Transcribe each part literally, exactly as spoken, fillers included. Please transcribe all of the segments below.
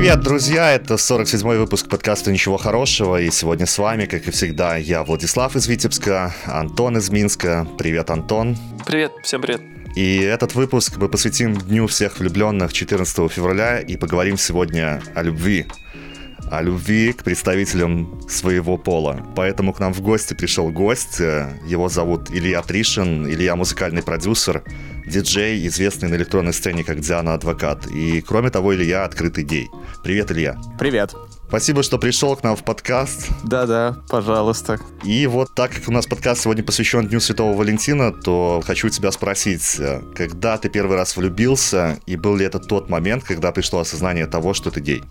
Привет, друзья! Это сорок седьмой выпуск подкаста «Ничего хорошего», и сегодня с вами, как и всегда, я, Владислав из Витебска, Антон из Минска. Привет, Антон. Привет, всем привет. И этот выпуск мы посвятим Дню всех влюбленных четырнадцатого февраля и поговорим сегодня о любви. О любви к представителям своего пола. Поэтому к нам в гости пришел гость. Его зовут Илья Тришин. Илья — музыкальный продюсер, диджей, известный на электронной сцене как Диана Адвокат. И, кроме того, Илья — открытый гей. Привет, Илья. Привет. Спасибо, что пришел к нам в подкаст. Да-да, пожалуйста. И вот так как у нас подкаст сегодня посвящен Дню Святого Валентина, то хочу тебя спросить, когда ты первый раз влюбился, и был ли это тот момент, когда пришло осознание того, что ты гей?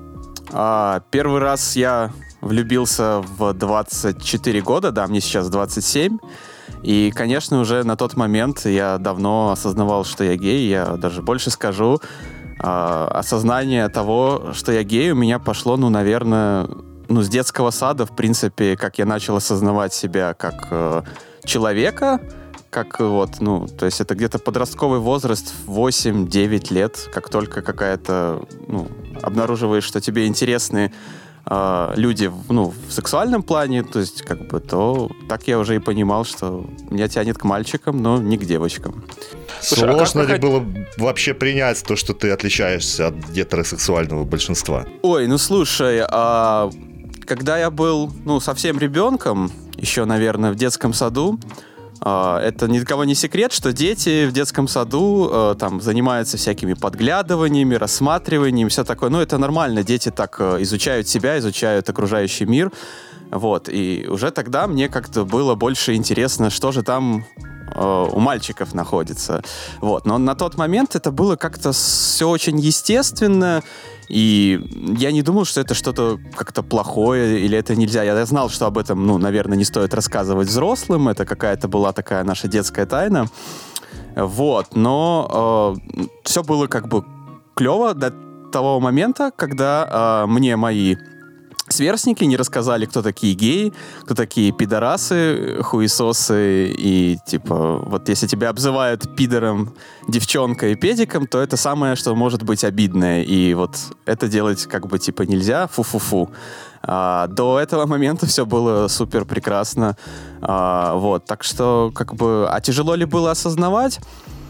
А, первый раз я влюбился в двадцать четыре года, да, мне сейчас двадцать семь. И, конечно, уже на тот момент я давно осознавал, что я гей. Я даже больше скажу, а, осознание того, что я гей, у меня пошло, ну, наверное, ну, с детского сада, в принципе, как я начал осознавать себя как э, человека, как вот, ну, то есть это где-то подростковый возраст, восемь-девять лет, как только какая-то, ну, обнаруживаешь, что тебе интересны э, люди, ну, в сексуальном плане, то есть, как бы, то так я уже и понимал, что меня тянет к мальчикам, но не к девочкам. Слушай, сложно а ли было вообще принять то, что ты отличаешься от гетеросексуального большинства? Ой, ну, слушай, а, когда я был, ну, совсем ребенком, еще, наверное, в детском саду, это ни для кого не секрет, что дети в детском саду э, там занимаются всякими подглядываниями, рассматриваниями, все такое. Ну, это нормально, дети так э, изучают себя, изучают окружающий мир. Вот, и уже тогда мне как-то было больше интересно, что же там э, у мальчиков находится. Вот, но на тот момент это было как-то все очень естественно. И я не думал, что это что-то как-то плохое или это нельзя. Я знал, что об этом, ну, наверное, не стоит рассказывать взрослым. Это какая-то была такая наша детская тайна. Вот. Но э, все было как бы клево до того момента, когда э, мне мои сверстники не рассказали, кто такие геи, кто такие пидорасы, хуесосы, и, типа, вот если тебя обзывают пидором, девчонкой и педиком, то это самое, что может быть обидное, и вот это делать, как бы, типа, нельзя, фу-фу-фу. А, до этого момента все было супер прекрасно, а, вот, так что, как бы, а тяжело ли было осознавать?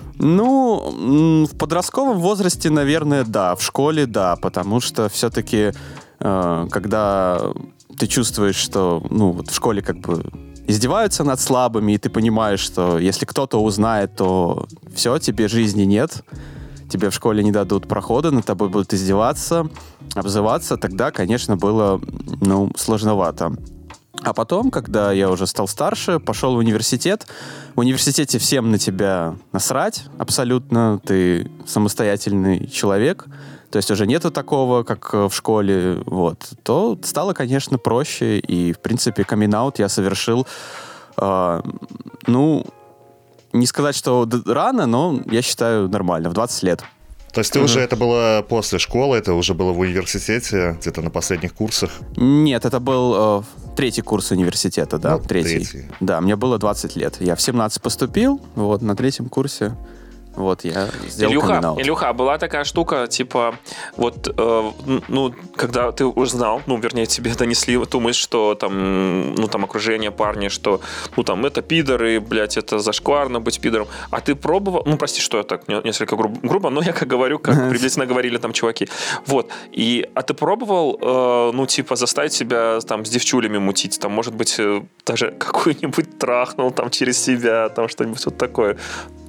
Ну, в подростковом возрасте, наверное, да, в школе, да, потому что все-таки когда ты чувствуешь, что, ну, вот в школе как бы издеваются над слабыми, и ты понимаешь, что если кто-то узнает, то все, тебе жизни нет, тебе в школе не дадут прохода, над тобой будут издеваться, обзываться, тогда, конечно, было, ну, сложновато. А потом, когда я уже стал старше, пошел в университет. В университете всем на тебя насрать абсолютно, ты самостоятельный человек, то есть уже нету такого, как в школе, вот, то стало, конечно, проще, и, в принципе, камин-аут я совершил, э, ну, не сказать, что рано, но я считаю нормально, в двадцать лет. То есть ты mm-hmm. уже, это было после школы, это уже было в университете, где-то на последних курсах? Нет, это был э, третий курс университета, да, ну, третий. третий. Да, мне было двадцать лет. Я в семнадцать поступил, вот, на третьем курсе. Вот, я сделал Илюха, камин-аут. Илюха, была такая штука, типа, вот, э, ну, когда ты узнал, ну, вернее, тебе донесли, думаешь, что там, ну, там, окружение парни, что, ну, там, это пидоры, блядь, это зашкварно быть пидором, а ты пробовал, ну, прости, что я так несколько грубо, грубо но я как говорю, как приблизительно говорили там чуваки, вот, и, а ты пробовал, э, ну, типа, заставить себя, там, с девчулями мутить, там, может быть, даже какую-нибудь трахнул, там, через себя, там, что-нибудь вот такое?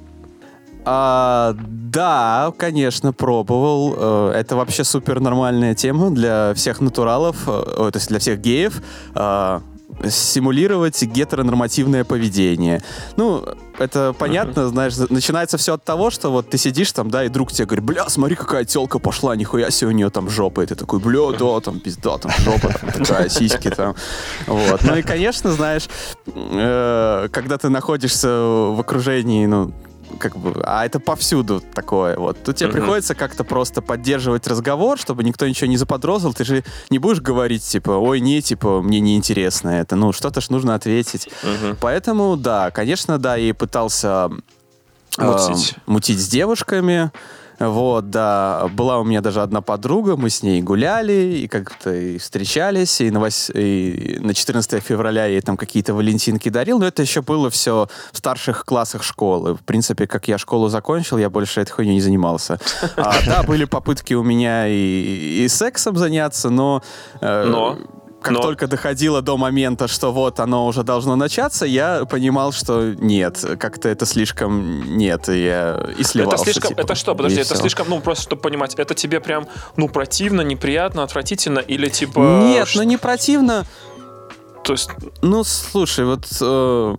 А, да, конечно, пробовал. Это вообще супер нормальная тема для всех натуралов, то есть для всех геев. Симулировать гетеронормативное поведение. Ну, это понятно, uh-huh. знаешь, начинается все от того, что вот ты сидишь там, да, и друг тебе говорит, бля, смотри, какая тёлка пошла, нихуя себе у нее там жопа, и ты такой, бля, да, там пизда, там жопа, там такая, сиськи там, вот. Ну и, конечно, знаешь, э, когда ты находишься в окружении, ну, как бы, а это повсюду такое, вот. Тут тебе uh-huh. приходится как-то просто поддерживать разговор, чтобы никто ничего не заподозрил. Ты же не будешь говорить, типа, ой, не, типа, мне неинтересно это. Ну, что-то ж нужно ответить. Uh-huh. Поэтому, да, конечно, да, и пытался э, мутить. мутить с девушками. Вот, да. Была у меня даже одна подруга, мы с ней гуляли, и как-то и встречались, и на, вось... и на четырнадцатое февраля я ей там какие-то валентинки дарил, но это еще было все в старших классах школы. В принципе, как я школу закончил, я больше этой хуйней не занимался. А, да, были попытки у меня и, и сексом заняться, но... Э, но... Как Но... только доходило до момента, что вот оно уже должно начаться, я понимал, что нет, как-то это слишком нет, и я и сливался. Это слишком, типа, это что, подожди, это все. слишком, ну просто чтобы понимать, это тебе прям, ну противно, неприятно, отвратительно или типа... Нет, ш... ну не противно. То есть... Ну слушай, вот... Э...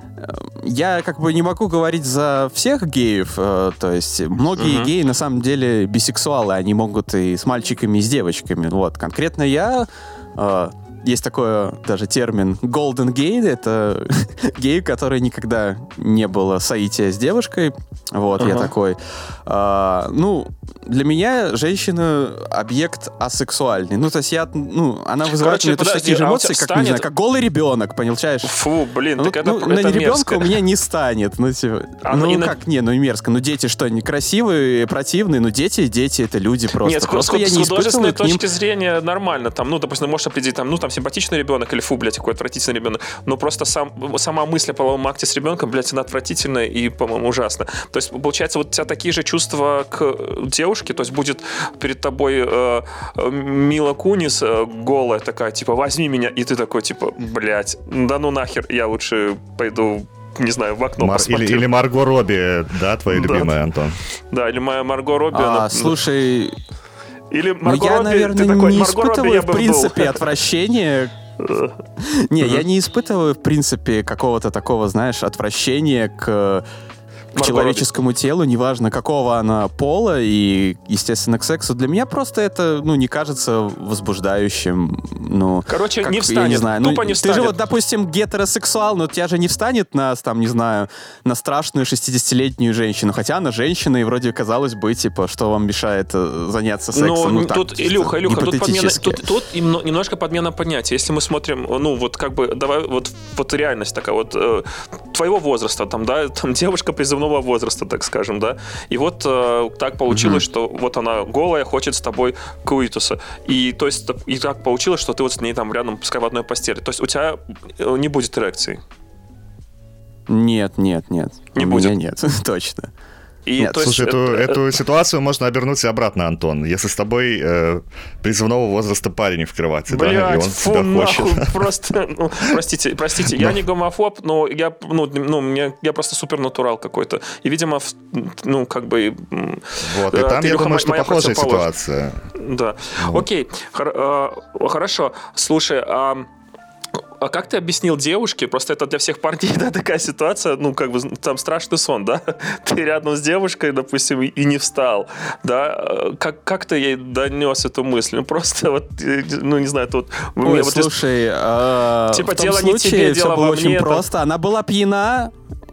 Я как бы не могу говорить за всех геев, э, то есть многие uh-huh. геи на самом деле бисексуалы, они могут и с мальчиками, и с девочками. Вот, конкретно я... Uh, есть такой даже термин golden gay, это гей, который никогда не было соития с девушкой. Вот, uh-huh. я такой. Uh, ну, для меня женщина объект асексуальный. Ну, то есть я, ну, она вызывает Короче, у меня точно такие же а эмоции, как, станет... не знаю, как голый ребенок, понимаешь? Фу, блин, ну, так это, ну, это на мерзко. ребенка у меня не станет. Ну, типа, а, ну и как, на... не, ну и мерзко. Ну, дети что, некрасивые, противные? Ну, дети, дети, это люди просто. Нет, просто с, я с не художественной к ним... точки зрения нормально. Там, ну, допустим, можешь определить, там, ну, там, симпатичный ребенок или фу, блядь, какой отвратительный ребенок. Но просто сам, сама мысль о половом акте с ребенком, блядь, она отвратительная и, по-моему, ужасна. То есть, получается, вот у тебя такие же чувства к девушке, то есть будет перед тобой э, Мила Кунис э, голая такая, типа, возьми меня, и ты такой, типа, блядь, да ну нахер, я лучше пойду, не знаю, в окно Мар- посмотрю. Или, или Марго Робби, да, твоя да. любимая, Антон? Да, или моя Марго Робби. А, она... слушай... Или Ну, Марго я, Робби, наверное, ты такой, не Марго Робби, испытываю, я в бы принципе, был. отвращения. Не, я не испытываю, в принципе, какого-то такого, знаешь, отвращения к... к Марго человеческому Робби. телу, неважно, какого она пола, и, естественно, к сексу. Для меня просто это, ну, не кажется возбуждающим. Ну, Короче, как, не встанет, я не знаю, тупо ну, не ты встанет. же вот, допустим, гетеросексуал, но тебя же не встанет на, там, не знаю, на страшную шестидесятилетнюю женщину. Хотя она женщина, и вроде казалось бы, типа, что вам мешает э, заняться сексом. Ну, Ну, так, тут, Илюха, Илюха, тут, подмена, гипотетически. тут, тут имно- немножко подмена понятия. Если мы смотрим, ну, вот как бы, давай, вот, вот реальность такая, вот, э, твоего возраста, там, да, там, девушка призывного возраста, так скажем, да, и вот э, так получилось, mm-hmm. что вот она голая, хочет с тобой куитуса, и то есть, и так получилось, что ты вот с ней там рядом, пускай в одной постели, то есть у тебя не будет эрекции. Нет, нет, нет. Не у будет. меня нет, точно. И, Нет, то есть, Слушай, эту, это, эту ситуацию можно обернуть и обратно, Антон. Если с тобой э, призывного возраста парень в кровати, блядь, да, и он фу, тебя нахуй, хочет. просто, ну, простите, простите, я не гомофоб, но я, ну, ну, мне, я просто супернатурал какой-то. И, видимо, в, ну, как бы... Вот, и э, там, ты, я Илюха, думаю, что моя похожая противоположность. ситуация. Да. Вот. Окей, Хор- э, хорошо. Слушай, а... А как ты объяснил девушке, просто это для всех парней, да, такая ситуация, ну, как бы, там страшный сон, да, ты рядом с девушкой, допустим, и не встал, да, как, как ты ей донес эту мысль? Ну, просто вот, ну, не знаю, тут... Ой, мне вот слушай, э, типа, в том дело не случае тебе, все дело было во очень мне, там. просто. Она была пьяна,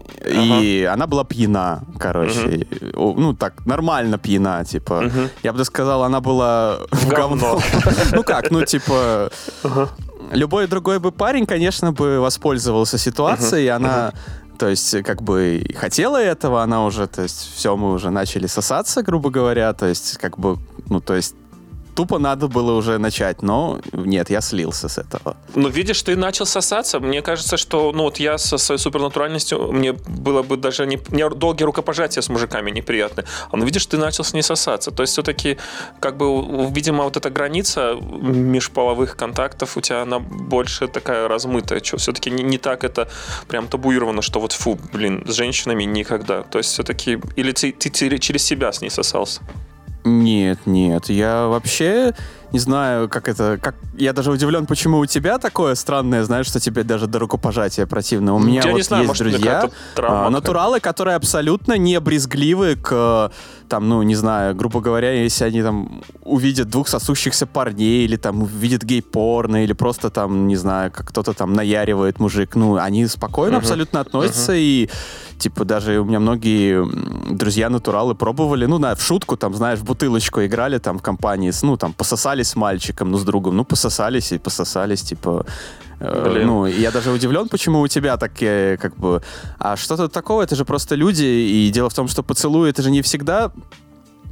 и она была пьяна, короче. О, Ну, так, нормально пьяна, типа. Мгм. Я бы даже сказал, она была в Говно. говно. Ну как, ну, типа... Любой другой бы парень, конечно, бы воспользовался ситуацией, и она... То есть, как бы, хотела этого, она уже, то есть, все, мы уже начали сосаться, грубо говоря, то есть, как бы, ну, то есть, тупо надо было уже начать, но нет, я слился с этого. Ну, видишь, ты начал сосаться. Мне кажется, что, ну, вот я со своей супернатуральностью, мне было бы даже не... Мне долгие рукопожатия с мужиками неприятны. А ну, видишь, ты начал с ней сосаться. То есть, все-таки, как бы, видимо, вот эта граница межполовых контактов у тебя, она больше такая размытая. Что, все-таки не, не так это прям табуировано, что вот, фу, блин, с женщинами никогда. То есть, все-таки... Или ты, ты, ты через себя с ней сосался? Нет, нет, я вообще не знаю, как это... Как... Я даже удивлен, почему у тебя такое странное, знаешь, что тебе даже до рукопожатия противно. У меня Я вот не знаю, есть может, друзья, какая-то травма а, натуралы, которые абсолютно не брезгливы к, там, ну, не знаю, грубо говоря, если они там увидят двух сосущихся парней, или там увидят гей-порно, или просто там, не знаю, как кто-то там наяривает мужик, ну, они спокойно Uh-huh. абсолютно относятся, Uh-huh. и типа даже у меня многие друзья-натуралы пробовали, ну, да, в шутку, там, знаешь, в бутылочку играли там в компании, с, ну, там, пососались с мальчиком, ну, с другом, ну, пососались и пососались, типа... Э, ну, я даже удивлен, почему у тебя такие, как бы... А что-то такого, это же просто люди, и дело в том, что поцелуй, это же не всегда...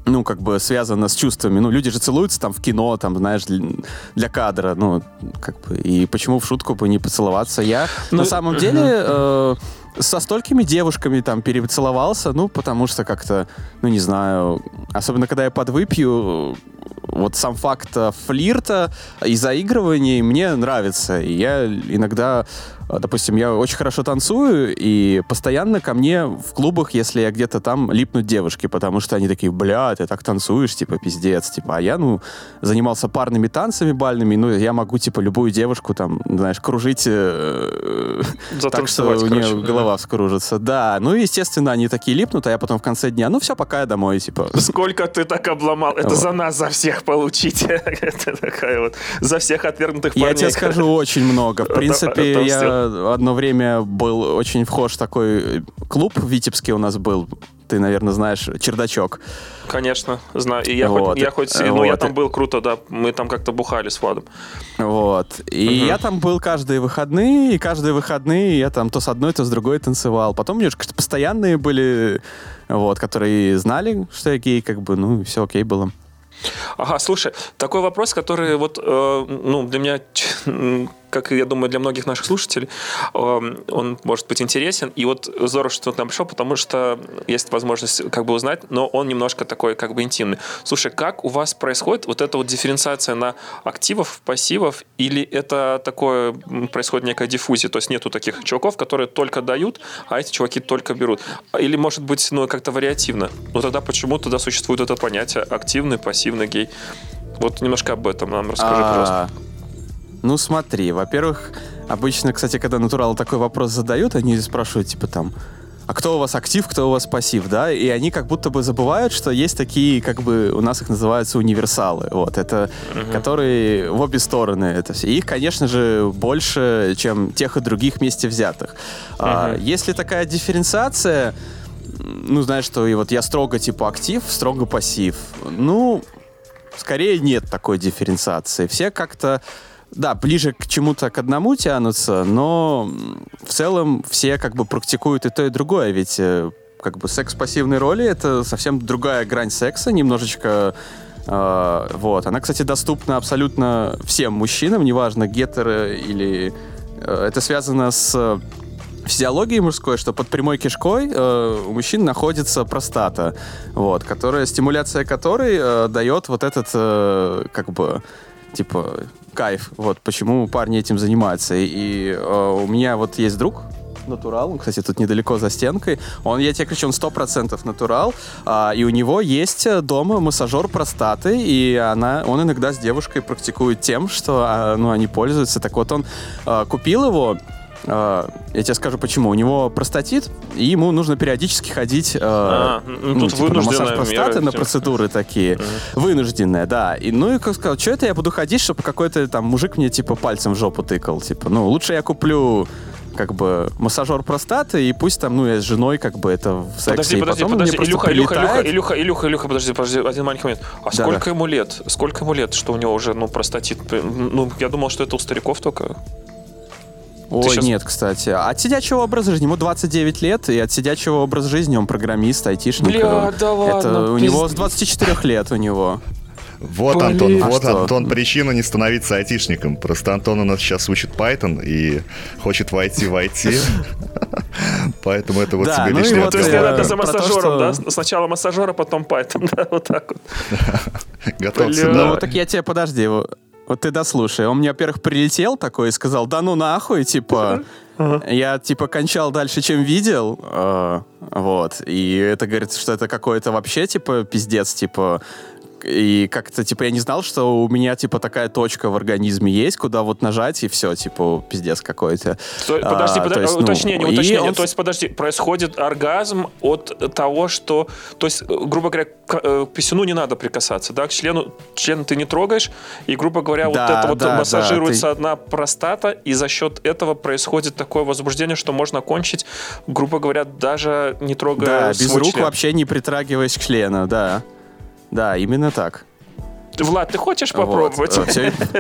ну, как бы связано с чувствами. Ну, люди же целуются там в кино, там, знаешь, для, для кадра, ну, как бы, и почему в шутку бы не поцеловаться? Я ну, на самом uh-huh. деле э, со столькими девушками там перецеловался, ну, потому что как-то, ну, не знаю, особенно когда я подвыпью, вот сам факт флирта и заигрываний мне нравится. И я иногда, допустим, я очень хорошо танцую, и постоянно ко мне в клубах, если я где-то там, липнут девушки, потому что они такие, бля, ты так танцуешь, типа, пиздец, типа. А я, ну, занимался парными танцами бальными, ну, я могу, типа, любую девушку там, знаешь, кружить э, так, что у нее короче, голова да. вскружится. Да, ну, естественно, они такие липнут, а я потом в конце дня, ну, все, пока я домой, типа. Сколько ты так обломал? Это за нас, за всех получить. Это такая вот, за всех отвергнутых парней. Я тебе скажу, очень много. В принципе, я одно время был очень вхож такой клуб в Витебске у нас был. Ты, наверное, знаешь, «Чердачок». Конечно, знаю. И я вот. хоть, я хоть, ну, вот. я там был круто, да. Мы там как-то бухали с Владом. Вот. И угу. я там был каждые выходные, и каждые выходные я там то с одной, то с другой танцевал. Потом немножко постоянные были, вот, которые знали, что я гей, как бы, ну, все окей было. Ага, слушай, такой вопрос, который вот, э, ну, для меня, как и, я думаю, для многих наших слушателей, э, он может быть интересен. И вот здорово, что ты к нам пришел, потому что есть возможность как бы узнать, но он немножко такой как бы интимный. Слушай, как у вас происходит вот эта вот дифференциация на активов, пассивов, или это такое происходит некая диффузия, то есть нету таких чуваков, которые только дают, а эти чуваки только берут? Или, может быть, ну, как-то вариативно? Но тогда почему тогда существует это понятие активный, пассивный гей? Вот немножко об этом нам расскажи, а, пожалуйста. Ну, смотри, во-первых, обычно, кстати, когда натуралы такой вопрос задают, они спрашивают, типа, там, а кто у вас актив, кто у вас пассив, да? И они как будто бы забывают, что есть такие, как бы, у нас их называются универсалы, вот, это, uh-huh. которые в обе стороны это все. И их, конечно же, больше, чем тех и других вместе взятых. Uh-huh. А, если такая дифференциация, ну, знаешь, что и вот я строго, типа, актив, строго пассив, ну, скорее нет такой дифференциации. Все как-то да, ближе к чему-то, к одному тянутся, но в целом все как бы практикуют и то, и другое, ведь как бы секс в пассивной роли — это совсем другая грань секса, немножечко, э, вот. Она, кстати, доступна абсолютно всем мужчинам, неважно, гетеро или... Э, это связано с физиологией мужской, что под прямой кишкой э, у мужчин находится простата, вот, которая, стимуляция которой э, дает вот этот, э, как бы, типа... кайф, вот, почему парни этим занимаются. И, и э, у меня вот есть друг, натурал, он, кстати, тут недалеко за стенкой, он, я тебе кричу, он сто процентов натурал, э, и у него есть дома массажер простаты, и она, он иногда с девушкой практикует тем, что э, ну, они пользуются. Так вот, он э, купил его, Uh, я тебе скажу, почему. У него простатит, и ему нужно периодически ходить uh, а, ну, ну, типа, на массаж простаты, на процедуры такие. Uh-huh. Вынужденные, да. И, ну и как сказал, что это я буду ходить, чтобы какой-то там мужик мне типа пальцем в жопу тыкал. Типа, ну, лучше я куплю как бы массажер простаты, и пусть там, ну, я с женой как бы это в сексе. Подожди, и подожди, потом подожди. Илюха, Илюха, Илюха, Илюха, Илюха, Илюха, подожди, подожди, один маленький момент. А да, сколько да. ему лет? Сколько ему лет, что у него уже, ну, простатит? Ну, я думал, что это у стариков только... Ой, сейчас... нет, кстати. От сидячего образа жизни. Ему двадцать девять лет, и от сидячего образа жизни он программист, айтишник. Бля, да ладно. Это у него с двадцати четырёх лет у него. Вот, Блин. Антон, а вот, что? Антон, причина не становиться айтишником. Просто Антон у нас сейчас учит Python и хочет войти в ай ти. Поэтому это вот тебе лишний ответ. То есть это за массажером, да? Сначала массажера, потом Python, да? Вот так вот. Готовься, да. Ну, так я тебе, подожди, вот ты дослушай. Он мне, во-первых, прилетел такой и сказал, да ну нахуй, типа, uh-huh. я, типа, кончал дальше, чем видел, э, вот, и это, говорит, что это какой-то вообще, типа, пиздец, типа, и как-то, типа, я не знал, что у меня, типа, такая точка в организме есть, куда вот нажать, и все, типа, пиздец какой-то. То, подожди, а, подожди, есть, уточнение, ну, уточнение. Он... То есть, подожди, происходит оргазм от того, что... То есть, грубо говоря, к писюну не надо прикасаться, да? К члену, член ты не трогаешь, и, грубо говоря, да, вот это вот да, массажируется да, ты... одна простата, и за счет этого происходит такое возбуждение, что можно кончить, грубо говоря, даже не трогая да, свой без рук член. Вообще не притрагиваясь к члену, да. Да, именно так. Влад, ты хочешь попробовать? У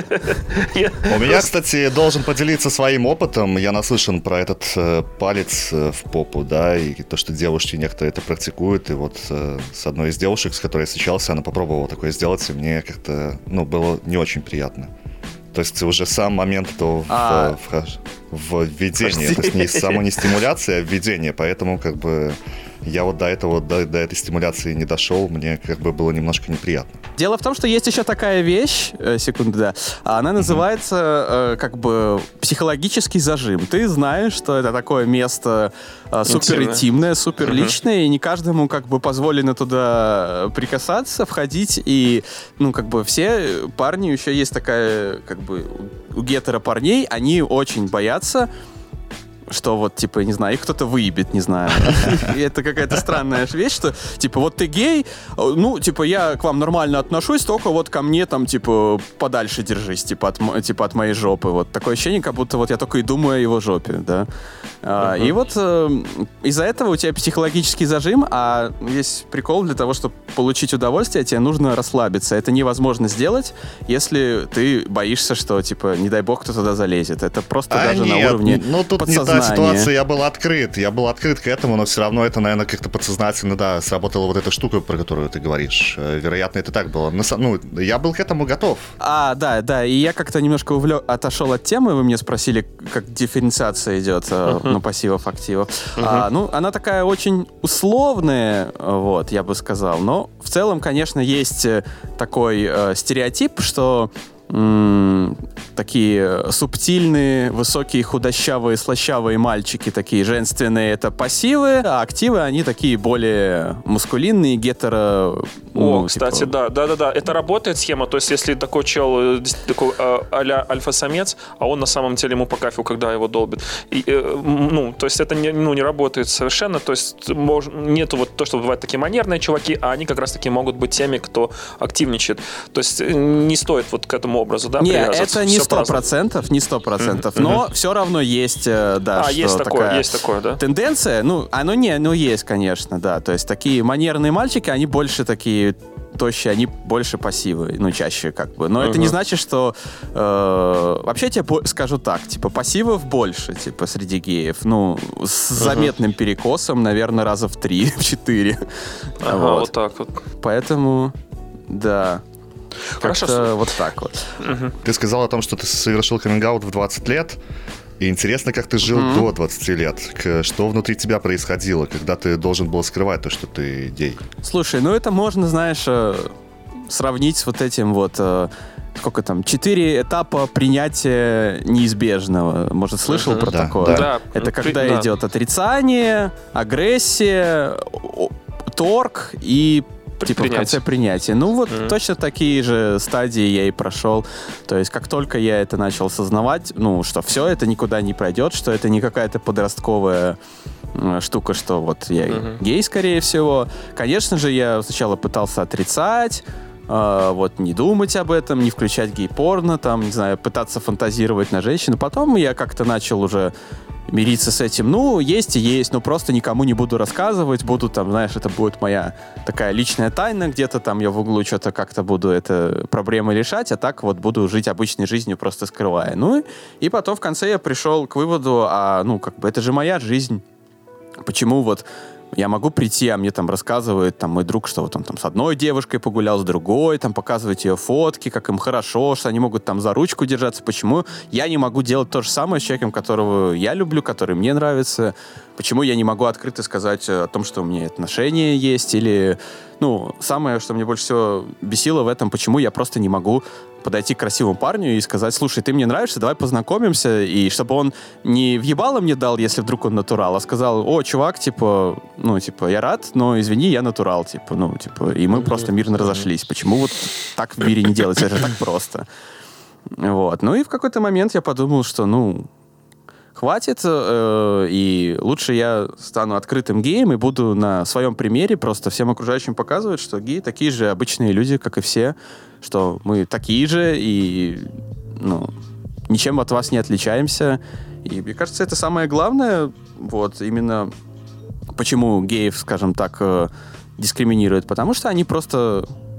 меня, кстати, должен поделиться своим опытом. Я наслышан про этот э, палец э, в попу, да, и то, что девушки некоторые это практикуют. И вот э, с одной из девушек, с которой я встречался, она попробовала такое сделать, и мне как-то, ну, было не очень приятно. То есть уже сам момент этого а... в, в, в введении. То есть не само не стимуляция, а введение. Поэтому как бы я вот до этого, до, до этой стимуляции не дошел. Мне как бы было немножко неприятно. Дело в том, что есть еще такая вещь, э, секунду, да, она называется э, как бы психологический зажим. Ты знаешь, что это такое место э, суперинтимное, суперличное, uh-huh. и не каждому как бы позволено туда прикасаться, входить, и, ну, как бы все парни, еще есть такая, как бы, у гетеро-парней, они очень боятся, что вот, типа, не знаю, их кто-то выебет, не знаю. И это какая-то странная вещь, что, типа, вот ты гей, ну, типа, я к вам нормально отношусь, только вот ко мне там, типа, подальше держись, типа, от, типа, от моей жопы. Вот такое ощущение, как будто вот я только и думаю о его жопе, да. А, uh-huh. И вот э, из-за этого у тебя психологический зажим, а весь прикол для того, чтобы получить удовольствие, тебе нужно расслабиться. Это невозможно сделать, если ты боишься, что, типа, не дай бог, кто туда залезет. Это просто а даже нет, на уровне ну, тут подсознания. Не та ситуация, я был открыт, я был открыт к этому, но все равно это, наверное, как-то подсознательно, да, сработала вот эта штука, про которую ты говоришь. Вероятно, это так было. Ну, я был к этому готов. А, да, да, и я как-то немножко увлек, отошел от темы, вы мне спросили, как дифференциация идет uh-huh. ну, пассивов, активов. Uh-huh. А, ну, она такая очень условная, вот, я бы сказал, но в целом, конечно, есть такой э, стереотип, что м- такие субтильные, высокие, худощавые, слащавые мальчики, такие женственные, это пассивы, а активы, они такие более мускулинные, гетеро... О, ну, кстати, типа... да, да-да-да, это работает схема, то есть если такой чел, такой а-ля альфа-самец, а он на самом деле ему по кайфу, когда его долбит. И, ну, то есть это не, ну, не работает совершенно, то есть мож... нету вот то, что бывают такие манерные чуваки, а они как раз-таки могут быть теми, кто активничает. То есть не стоит вот к этому образу, да, не, привязываться. Это не сто процентов, не сто процентов, mm-hmm. но все равно есть, да, а, что есть такое, такая есть такое, да? тенденция, ну, оно не, ну, есть, конечно, да, то есть такие манерные мальчики, они больше такие тощие, они больше пассивы, ну, чаще как бы, но uh-huh. это не значит, что э, вообще я тебе по- скажу так, типа, пассивов больше, типа, среди геев, ну, с uh-huh. заметным перекосом, наверное, раза в три, в четыре. Ага, вот. вот так вот. Поэтому, да. Хорошо. Как-то вот так вот. Uh-huh. Ты сказал о том, что ты совершил каминг-аут в двадцать лет. И интересно, как ты жил mm-hmm. до двадцати лет. Что внутри тебя происходило, когда ты должен был скрывать то, что ты гей? Слушай, ну это можно, знаешь, сравнить с вот этим вот... Сколько там? Четыре этапа принятия неизбежного. Может, слышал uh-huh. про да, такое? Да. Это когда да. идет отрицание, агрессия, торг и... Типа в конце принятия. Ну вот mm-hmm. точно такие же стадии я и прошел. То есть как только я это начал осознавать, ну, что все это никуда не пройдет, что это не какая-то подростковая э, штука, что вот я mm-hmm. гей, скорее всего. Конечно же, я сначала пытался отрицать, э, вот не думать об этом, не включать гей-порно, там, не знаю, пытаться фантазировать на женщину. Потом я как-то начал уже мириться с этим. Ну, есть и есть, но просто никому не буду рассказывать. Буду там, знаешь, это будет моя такая личная тайна. Где-то там я в углу что-то как-то буду эту проблему решать, а так вот буду жить обычной жизнью, просто скрывая. Ну, и потом в конце я пришел к выводу, а, ну, как бы это же моя жизнь. Почему вот я могу прийти, а мне там рассказывает там мой друг, что вот он там с одной девушкой погулял, с другой, там показывать ее фотки, как им хорошо, что они могут там за ручку держаться. Почему я не могу делать то же самое с человеком, которого я люблю, который мне нравится? Почему я не могу открыто сказать о том, что у меня отношения есть? Или, ну, самое, что мне больше всего бесило в этом, почему я просто не могу подойти к красивому парню и сказать: слушай, ты мне нравишься, давай познакомимся, и чтобы он не въебало мне дал, если вдруг он натурал, а сказал: о, чувак, типа, ну, типа, я рад, но извини, я натурал, типа, ну, типа, и мы просто мирно разошлись. Почему вот так в мире не делать? Это так просто. Вот. Ну и в какой-то момент я подумал, что, ну, хватит, э, и лучше я стану открытым геем и буду на своем примере просто всем окружающим показывать, что геи такие же обычные люди, как и все, что мы такие же и, ну, ничем от вас не отличаемся. И мне кажется, это самое главное, вот, именно почему геев, скажем так, э, дискриминируют, потому что они просто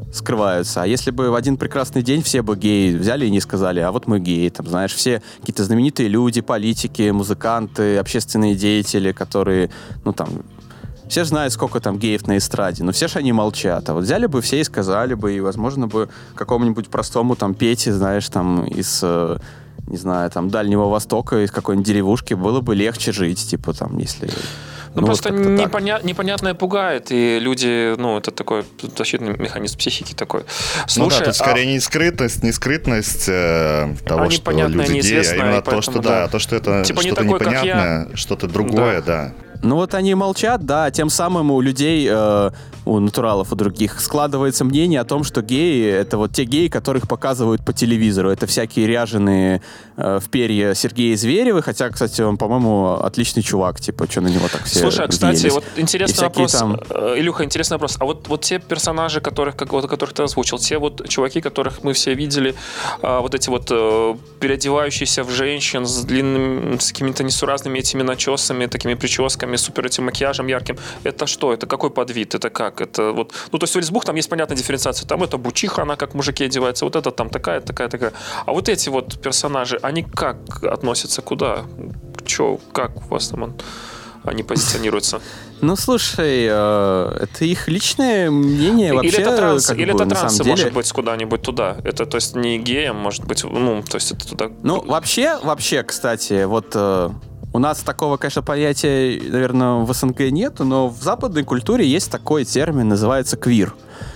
скрываются. А если бы в один прекрасный день все бы геи взяли и не сказали, а вот мы геи, там, знаешь, все какие-то знаменитые люди, политики, музыканты, общественные деятели, которые, ну, там, все же знают, сколько там геев на эстраде, но все же они молчат. А вот взяли бы все и сказали бы, и, возможно, бы какому-нибудь простому там Пете, знаешь, там, из... не знаю, там, Дальнего Востока, из какой-нибудь деревушки, было бы легче жить, типа, там, если... Ну, ну просто вот непоня- непонятное пугает, и люди, ну, это такой защитный механизм психики такой. Слушай, ну да, тут скорее а... не скрытность, не скрытность э, того, а что люди геи, а именно то, что, да, да, то, что это типа что-то не такой, непонятное, я... что-то другое, да. да. Ну вот они молчат, да, тем самым у людей, э, у натуралов, у других, складывается мнение о том, что геи — это вот те геи, которых показывают по телевизору. Это всякие ряженые э, в перья Сергея Зверевы, хотя, кстати, он, по-моему, отличный чувак, типа, что на него так все Слушай, а, кстати, въелись. вот интересный вопрос, там... Илюха, интересный вопрос. А вот, вот те персонажи, которых, как, вот, которых ты озвучил, те вот чуваки, которых мы все видели, а, вот эти вот э, переодевающиеся в женщин с длинными, с какими-то несуразными этими начесами, такими прическами, супер этим макияжем ярким. Это что? Это какой подвид? Это как? Это вот... Ну, то есть у лесбух там есть понятная дифференциация. Там это бучиха, она как мужики одевается. Вот это там такая, такая, такая. А вот эти вот персонажи, они как относятся? Куда? Че? Как у вас там он... они позиционируются? Ну, слушай, э, это их личное мнение вообще. Или это транс, как или бы, это трансы, деле... может быть, куда-нибудь туда. Это, то есть, не геям, может быть, ну, то есть, это туда... Ну, вообще, вообще, кстати, вот... Э, у нас такого, конечно, понятия, наверное, в СНГ нету, но в западной культуре есть такой термин, называется квир.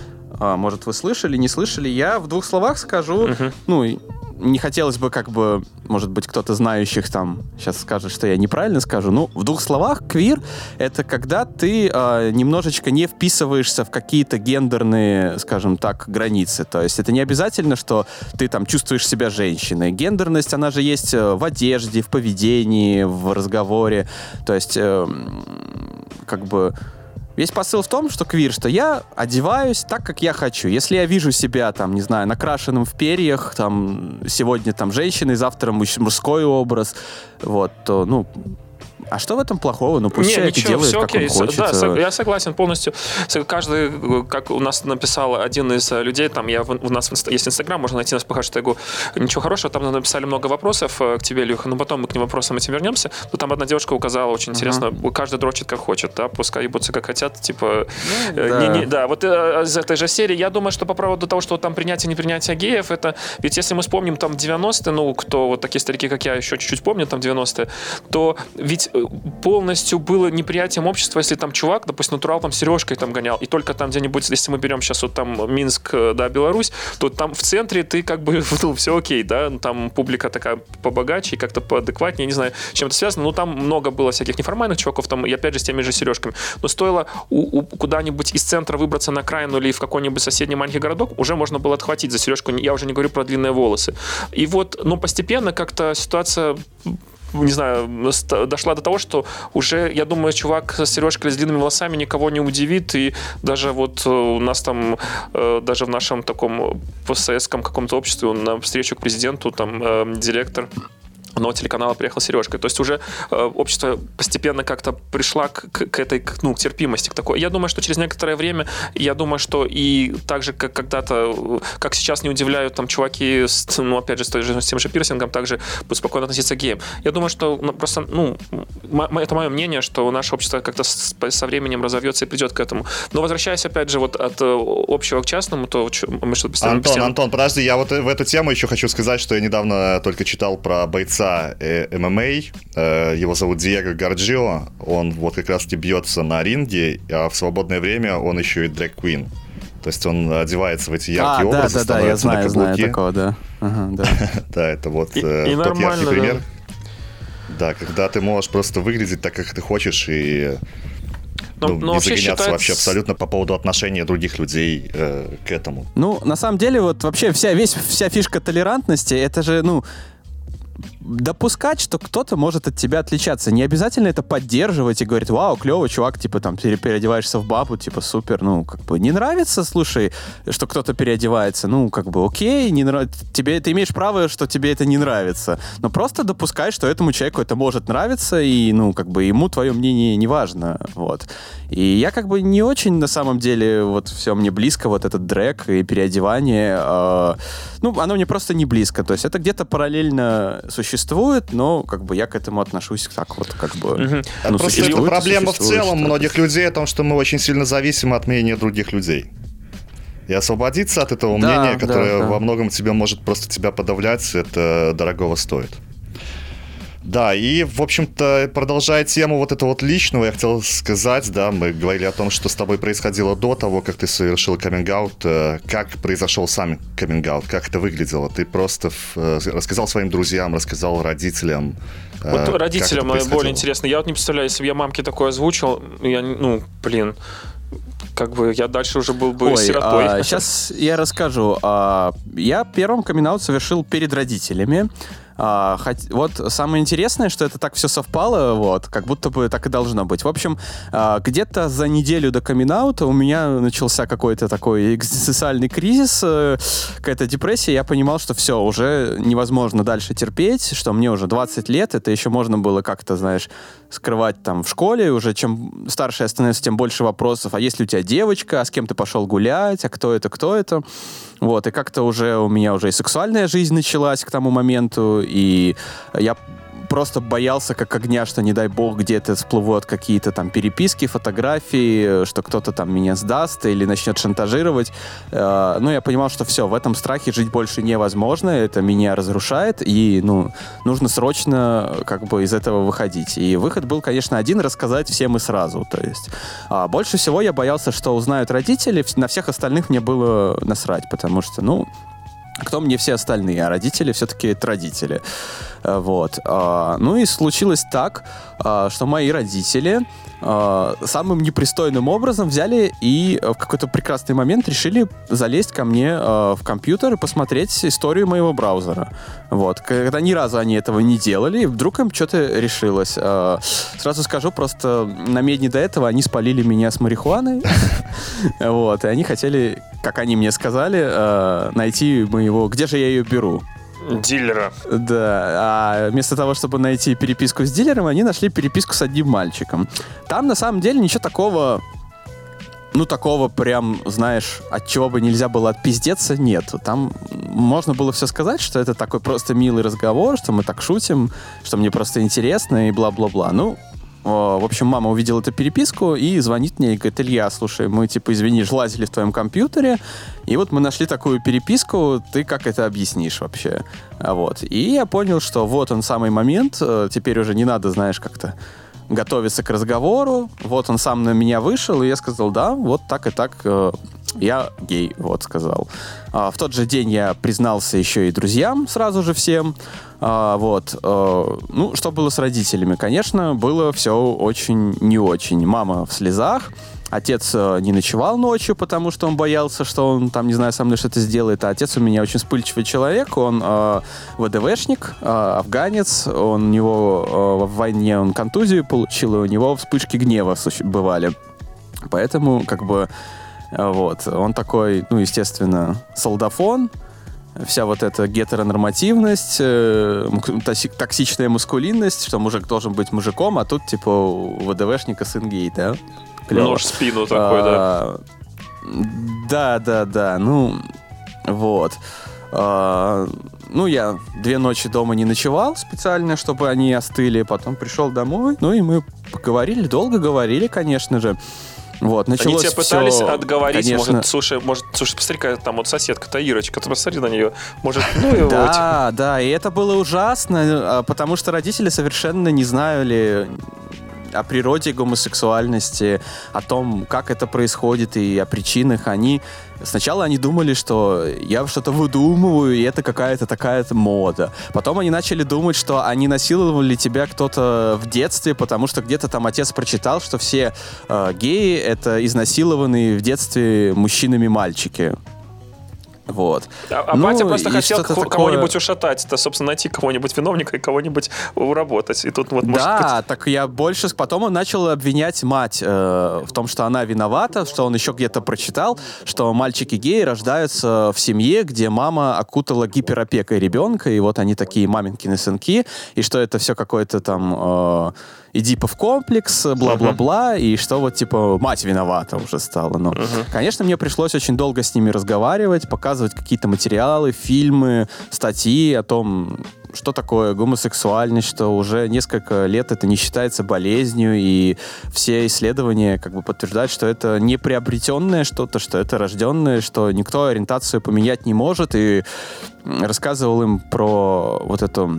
А, может, вы слышали, не слышали? Я в двух словах скажу, uh-huh. ну, не хотелось бы, как бы, может быть, кто-то знающих там сейчас скажет, что я неправильно скажу. Ну, в двух словах, квир — это когда ты э, немножечко не вписываешься в какие-то гендерные, скажем так, границы. То есть это не обязательно, что ты там чувствуешь себя женщиной. Гендерность, она же есть в одежде, в поведении, в разговоре. То есть, э, как бы... Весь посыл в том, что квир, что я одеваюсь так, как я хочу. Если я вижу себя, там, не знаю, накрашенным в перьях, там, сегодня там женщиной, завтра мужской образ, вот, то, ну... А что в этом плохого? Ну, пусть не, человек ничего, делает, все как окей. он хочет. Да, я согласен полностью. Каждый, как у нас написал один из людей, там, я, у нас есть Инстаграм, можно найти нас по хэштегу «Ничего хорошего», там написали много вопросов к тебе, Илюха, но потом мы к ним вопросам этим вернемся. Но там одна девушка указала, очень интересно, uh-huh. каждый дрочит как хочет, да, пускай ебутся как хотят, типа... Ну, да. Не, не, да, вот из этой же серии, я думаю, что по поводу того, что там принятие-непринятие геев, это... Ведь если мы вспомним там девяностые, ну, кто вот такие старики, как я, еще чуть-чуть помнят, там девяностые, то ведь полностью было неприятием общества, если там чувак, допустим, натурал там сережкой там гонял, и только там где-нибудь, если мы берем сейчас вот там Минск, да, Беларусь, то там в центре ты как бы, ну, все окей, да, там публика такая побогаче и как-то поадекватнее, не знаю, с чем это связано, но там много было всяких неформальных чуваков, там, и опять же с теми же сережками, но стоило у, у, куда-нибудь из центра выбраться на окраину или в какой-нибудь соседний маленький городок, уже можно было отхватить за сережку, я уже не говорю про длинные волосы. И вот, ну, постепенно как-то ситуация... не знаю, дошла до того, что уже, я думаю, чувак с сережкой с длинными волосами никого не удивит, и даже вот у нас там, даже в нашем таком постсоветском каком-то обществе на встречу к президенту там директор нового телеканала приехал с сережкой. То есть уже э, общество постепенно как-то пришло к, к, к этой ну, к терпимости. К такой. Я думаю, что через некоторое время, я думаю, что и так же, как когда-то, как сейчас не удивляют там чуваки, с, ну, опять же, с, той же, с тем же пирсингом, также будут спокойно относиться к геям. Я думаю, что ну, просто, ну, м- это мое мнение, что наше общество как-то с, со временем разовьется и придет к этому. Но возвращаясь, опять же, вот от общего к частному, то мы что-то постоянно... Антон, постоянно... Антон, подожди, я вот в эту тему еще хочу сказать, что я недавно только читал про бойца эм эм а, его зовут Диего Гарджио, он вот как раз-таки бьется на ринге, а в свободное время он еще и дрэг-квин. То есть он одевается в эти яркие а, образы, да, да, да, я знаю, на знаю такого, да. Ага, да. Да, это вот и, э, и тот яркий пример. Да. Да, когда ты можешь просто выглядеть так, как ты хочешь, и но, ну, но не вообще загоняться считается... вообще абсолютно по поводу отношения других людей э, к этому. Ну, на самом деле, вот вообще вся, весь, вся фишка толерантности, это же, ну, допускать, что кто-то может от тебя отличаться. Не обязательно это поддерживать и говорить, вау, клево, чувак, типа, там, переодеваешься в бабу, типа, супер, ну, как бы, не нравится, слушай, что кто-то переодевается, ну, как бы, окей, не нрав... тебе, ты имеешь право, что тебе это не нравится, но просто допускай, что этому человеку это может нравиться, и, ну, как бы, ему твое мнение не важно, вот. И я, как бы, не очень, на самом деле, вот, все мне близко, вот этот дрэг и переодевание, э, ну, оно мне просто не близко, то есть это где-то параллельно существует, но как бы я к этому отношусь так вот, как бы... Mm-hmm. Ну, просто это проблема в целом многих людей о том, что мы очень сильно зависимы от мнения других людей. И освободиться от этого да, мнения, которое да, да. во многом тебе может просто тебя подавлять, это дорогого стоит. Да, и, в общем-то, продолжая тему вот этого вот личного, я хотел сказать, да, мы говорили о том, что с тобой происходило до того, как ты совершил каминг-аут, как произошел сам каминг-аут, как это выглядело. Ты просто рассказал своим друзьям, рассказал родителям. Вот родителям более интересно. Я вот не представляю, если бы я мамке такое озвучил, я, ну, блин... Как бы я дальше уже был бы Ой, сиротой. А, сейчас я расскажу. А, я первым камин-аут совершил перед родителями. А, хоть, вот самое интересное, что это так все совпало, вот, как будто бы так и должно быть. В общем, а, где-то за неделю до камин-аута у меня начался какой-то такой экзистенциальный кризис, э, какая-то депрессия. Я понимал, что все, уже невозможно дальше терпеть, что мне уже двадцать лет, это еще можно было как-то, знаешь, скрывать там в школе. Уже чем старше я становился, тем больше вопросов. А есть ли у тебя девочка? А с кем ты пошел гулять? А кто это, кто это? Вот, и как-то уже у меня уже и сексуальная жизнь началась к тому моменту, и я просто боялся как огня, что, не дай бог, где-то всплывут какие-то там переписки, фотографии, что кто-то там меня сдаст или начнет шантажировать. Ну, я понимал, что все, в этом страхе жить больше невозможно, это меня разрушает, и, ну, нужно срочно как бы из этого выходить. И выход был, конечно, один — рассказать всем и сразу, то есть. А больше всего я боялся, что узнают родители, на всех остальных мне было насрать, потому что, ну, кто мне все остальные, а родители все-таки это родители. Вот. Ну и случилось так, что мои родители самым непристойным образом взяли и в какой-то прекрасный момент решили залезть ко мне в компьютер и посмотреть историю моего браузера. Вот. Когда ни разу они этого не делали, вдруг им что-то решилось. Сразу скажу, просто на медне до этого они спалили меня с марихуаной. Вот. И они хотели, как они мне сказали, найти моего... Где же я ее беру? Дилера. Да, а вместо того, чтобы найти переписку с дилером, они нашли переписку с одним мальчиком. Там, на самом деле, ничего такого, ну, такого прям, знаешь, от чего бы нельзя было отпиздеться, нет. Там можно было все сказать, что это такой просто милый разговор, что мы так шутим, что мне просто интересно и бла-бла-бла. Ну, в общем, мама увидела эту переписку и звонит мне и говорит: Илья, слушай, мы, типа, извини, лазили в твоем компьютере, и вот мы нашли такую переписку, ты как это объяснишь вообще? Вот. И я понял, что вот он самый момент, теперь уже не надо, знаешь, как-то готовиться к разговору, вот он сам на меня вышел, и я сказал: да, вот так и так, я гей, вот, сказал. В тот же день я признался еще и друзьям сразу же всем. А, вот. А, ну, что было с родителями? Конечно, было все очень не очень. Мама в слезах. Отец а, не ночевал ночью, потому что он боялся, что он там, не знаю, со мной что-то сделает. А отец у меня очень вспыльчивый человек. Он а, ВДВшник, а, афганец. Он, у него а, в войне он контузию получил, и у него вспышки гнева бывали. Поэтому, как бы, вот. Он такой, ну, естественно, солдафон. Вся вот эта гетеронормативность, э, токсичная маскулинность, что мужик должен быть мужиком, а тут, типа, у ВДВшника сын гей, да? Клево. Нож в спину такой, а, да? Да, да, да, ну, вот. А, ну, я две ночи дома не ночевал специально, чтобы они остыли, потом пришел домой, ну, и мы поговорили, долго говорили, конечно же. Вот, началось Они тебя пытались все, отговорить, конечно... может, слушай, может, слушай, посмотри-ка, там вот соседка-то Ирочка, ты посмотри на нее, может, ну его... Да, да, и это было ужасно, потому что родители совершенно не знали о природе гомосексуальности, о том, как это происходит и о причинах. Они сначала они думали, что я что-то выдумываю, и это какая-то такая мода. Потом они начали думать, что они насиловали тебя кто-то в детстве, потому что где-то там отец прочитал, что все э, геи — это изнасилованные в детстве мужчинами мальчики. Вот. А, а ну, батя просто хотел такое... кого-нибудь ушатать. Это, собственно, найти кого-нибудь виновника и кого-нибудь уработать. И тут вот, может да, быть... так я больше... Потом он начал обвинять мать э, в том, что она виновата, что он еще где-то прочитал, что мальчики-геи рождаются в семье, где мама окутала гиперопекой ребенка, и вот они такие маменькины сынки, и что это все какое-то там... Э, Эдипов комплекс, бла-бла-бла, uh-huh. и что вот, типа, мать виновата уже стала. Но, uh-huh. конечно, мне пришлось очень долго с ними разговаривать, показывать какие-то материалы, фильмы, статьи о том, что такое гомосексуальность, что уже несколько лет это не считается болезнью, и все исследования как бы подтверждают, что это не приобретенное что-то, что это рожденное, что никто ориентацию поменять не может, и рассказывал им про вот эту...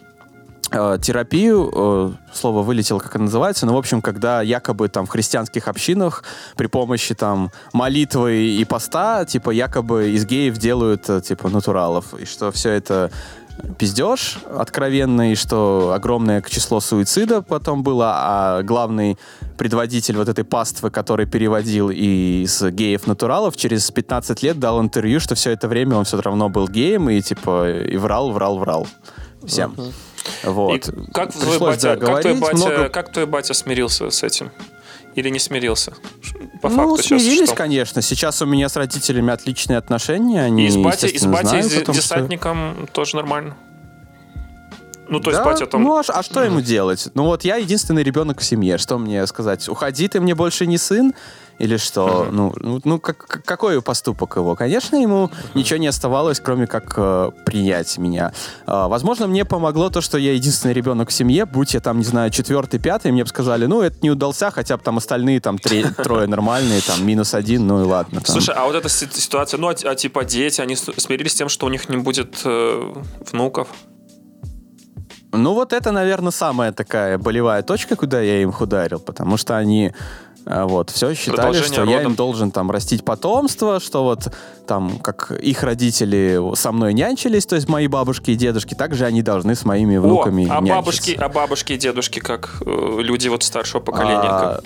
терапию, слово вылетело, как это называется, но, в общем, когда якобы там в христианских общинах при помощи там молитвы и поста, типа, якобы из геев делают, типа, натуралов, и что все это пиздеж откровенный, что огромное число суицида потом было, а главный предводитель вот этой паствы, который переводил из геев-натуралов, через пятнадцать лет дал интервью, что все это время он все равно был геем и, типа, и врал, врал, врал всем. Uh-huh. Вот. И как, твой батя, да, как, твой батя, много... как твой батя смирился с этим? Или не смирился? По ну, факту смирились, сейчас, конечно. Сейчас у меня с родителями отличные отношения. Они, и с батей, и с батей, знают, с десантником что... тоже нормально? Ну, то да? есть батя там... Ну, а, а что mm. ему делать? Ну, вот я единственный ребенок в семье. Что мне сказать? Уходи, ты мне больше не сын? Или что? Uh-huh. Ну, ну, ну как, какой поступок его? Конечно, ему uh-huh. ничего не оставалось, кроме как э, принять меня. Э, возможно, мне помогло то, что я единственный ребенок в семье. Будь я там, не знаю, четвертый, пятый, мне бы сказали, ну, это не удался, хотя бы там остальные там три, трое нормальные, там минус один, ну и ладно. Там. Слушай, а вот эта ситуация, ну, а, а типа дети, они смирились с тем, что у них не будет э, внуков? Ну, вот это, наверное, самая такая болевая точка, куда я им ударил, потому что они... Вот, все считали, что родом. Я им должен там растить потомство, что вот там, как их родители со мной нянчились, то есть мои бабушки и дедушки, также они должны с моими внуками О, а нянчиться. Бабушки, а бабушки и дедушки как э, люди вот старшего поколения? А,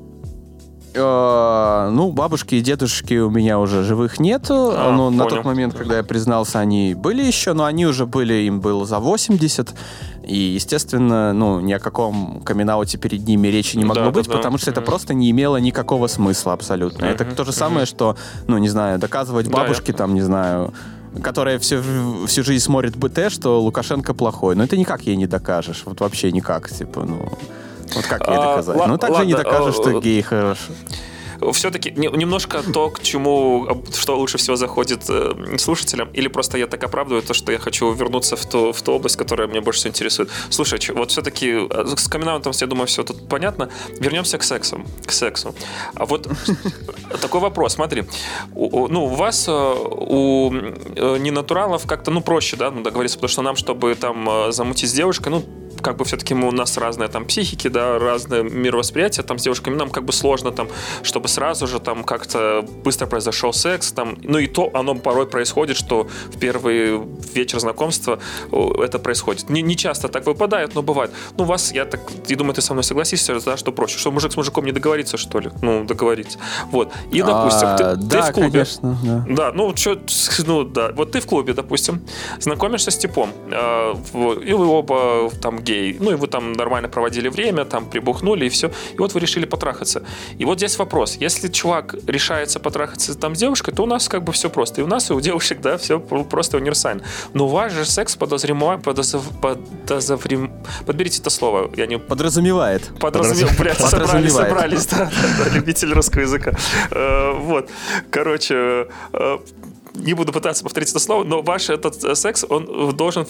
э, ну, бабушки и дедушки у меня уже живых нету, а, но понял. На тот момент, когда я признался, они были еще, но они уже были, им было за восемьдесят. И, естественно, ну, ни о каком камин-ауте перед ними речи не могло да, быть, да, потому да. что mm-hmm. это просто не имело никакого смысла абсолютно. Mm-hmm. Это то же самое, mm-hmm. что, ну, не знаю, доказывать бабушке, да, там, не знаю, которая всю, всю жизнь смотрит БТ, что Лукашенко плохой. Но это никак ей не докажешь. Вот вообще никак, типа, ну... Вот как ей доказать? А, ну, так ладно, же не докажешь, а, что гей хорошо. Все-таки немножко то, к чему, что лучше всего заходит э, слушателям, или просто я так оправдываю то, что я хочу вернуться в ту, в ту область, которая меня больше всего интересует. Слушай, вот все-таки с камин-аутом, я думаю, все тут понятно. Вернемся к сексу. К сексу. А вот такой вопрос, смотри. Ну, у вас, у ненатуралов как-то, ну, проще, да, договориться, потому что нам, чтобы там замутить с девушкой, ну, как бы все-таки у нас разные там психики, да, разное мировосприятие, там с девушками нам как бы сложно там, чтобы сразу же там как-то быстро произошел секс, там, ну и то оно порой происходит, что в первый вечер знакомства это происходит. Не, не часто так выпадает, но бывает. Ну, у вас, я так, я думаю, ты со мной согласишься, да, что проще, что мужик с мужиком не договорится, что ли? Ну, договориться. Вот. И, допустим, а, ты, да, ты в клубе. Конечно, да. Да, ну, что, ну, да. Вот ты в клубе, допустим, знакомишься с типом, э, и вы оба там гей, ну, и вы там нормально проводили время, там прибухнули, и все. И вот вы решили потрахаться. И вот здесь вопрос. Если чувак решается потрахаться там с девушкой, то у нас как бы все просто. И у нас, и у девушек, да, все просто универсально. Но у вас же секс подозреваем, подозрев... подозрев... подберите это слово. Я не... Подразумевает. Подразумевает. Блядь, собрались, собрались, да, да, да, любитель русского языка. Вот. Короче, не буду пытаться повторить это слово, но ваш этот секс, он должен...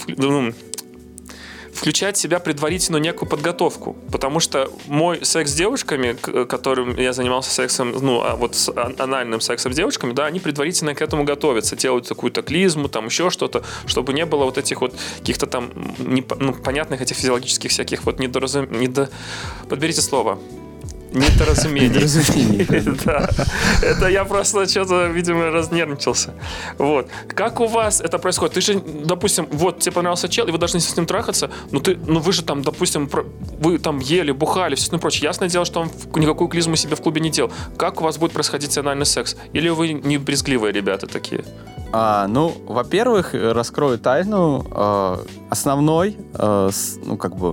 включать в себя предварительную некую подготовку. Потому что мой секс с девушками, которым я занимался сексом, ну, а вот с анальным сексом с девушками, да, они предварительно к этому готовятся, делают какую-то клизму, там еще что-то, чтобы не было вот этих вот каких-то там непонятных ну, этих физиологических всяких вот недоразум... недо... Подберите слово. Недоразумение. Да. Это я просто что-то, видимо, разнервничался. Вот. Как у вас это происходит? Ты же, допустим, вот тебе понравился чел, и вы должны с ним трахаться, но ты, ну вы же там, допустим, вы там ели, бухали, все остальное прочее. Ясное дело, что он никакую клизму себе в клубе не делал. Как у вас будет происходить анальный секс? Или вы не брезгливые ребята такие? А, ну, во-первых, раскрою тайну. Э, основной, э, с, ну, как бы,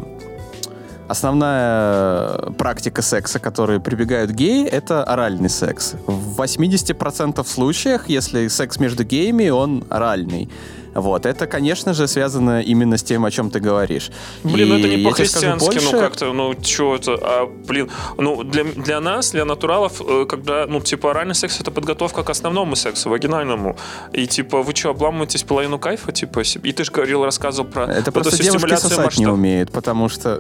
основная практика секса, к которой прибегают геи, это оральный секс. В восемьдесят процентов случаях, если секс между геями, он оральный. Вот, это, конечно же, связано именно с тем, о чем ты говоришь. Блин, и ну это не по-христиански, больше... ну как-то, ну что это, а, блин, ну для, для нас, для натуралов, когда, ну типа оральный секс — это подготовка к основному сексу, вагинальному, и типа вы что, обламываете половину кайфа, типа, и ты же говорил, рассказывал про это просто девушки сосать не умеют, потому что...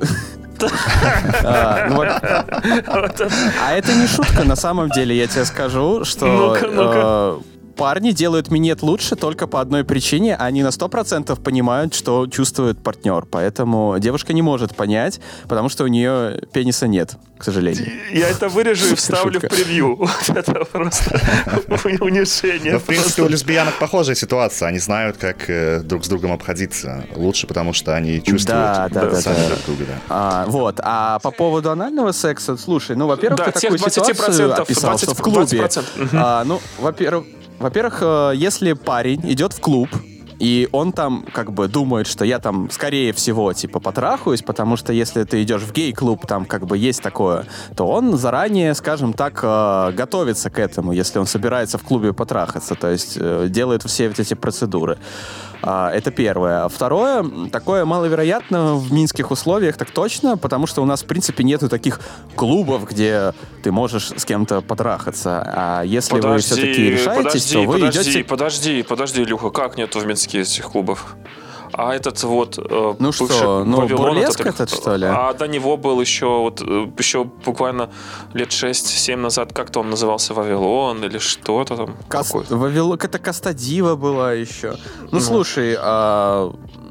А это не шутка, на самом деле, я тебе скажу, что... Парни делают минет лучше только по одной причине. Они на сто процентов понимают, что чувствует партнер. Поэтому девушка не может понять, потому что у нее пениса нет, к сожалению. Я это вырежу и вставлю в превью. Это просто унижение. Но, в принципе, у лесбиянок похожая ситуация. Они знают, как друг с другом обходиться лучше, потому что они чувствуют сами друг друга. Вот. А по поводу анального секса, слушай, ну, во-первых, ты такую ситуацию описал, что в клубе... Ну, во-первых, Во-первых, если парень идет в клуб, и он там как бы думает, что я там скорее всего типа потрахаюсь, потому что если ты идешь в гей-клуб, там как бы есть такое, то он заранее, скажем так, готовится к этому, если он собирается в клубе потрахаться, то есть делает все вот эти процедуры. Это первое. Второе, такое маловероятно в минских условиях, так точно, потому что у нас, в принципе, нету таких клубов, где ты можешь с кем-то потрахаться. А если подожди, вы все-таки решаетесь, подожди, то вы подожди, идете... Подожди, подожди, Илюха, как нету в Минске этих клубов? А этот вот э, ну что, ну Вавилон, бурлеск этот, этот, что ли? А до него был еще вот еще буквально лет шесть-семь назад, как-то он назывался, Вавилон или что-то там. Кас... Вавилон, это Кастадива была еще. Ну, ну. слушай, а...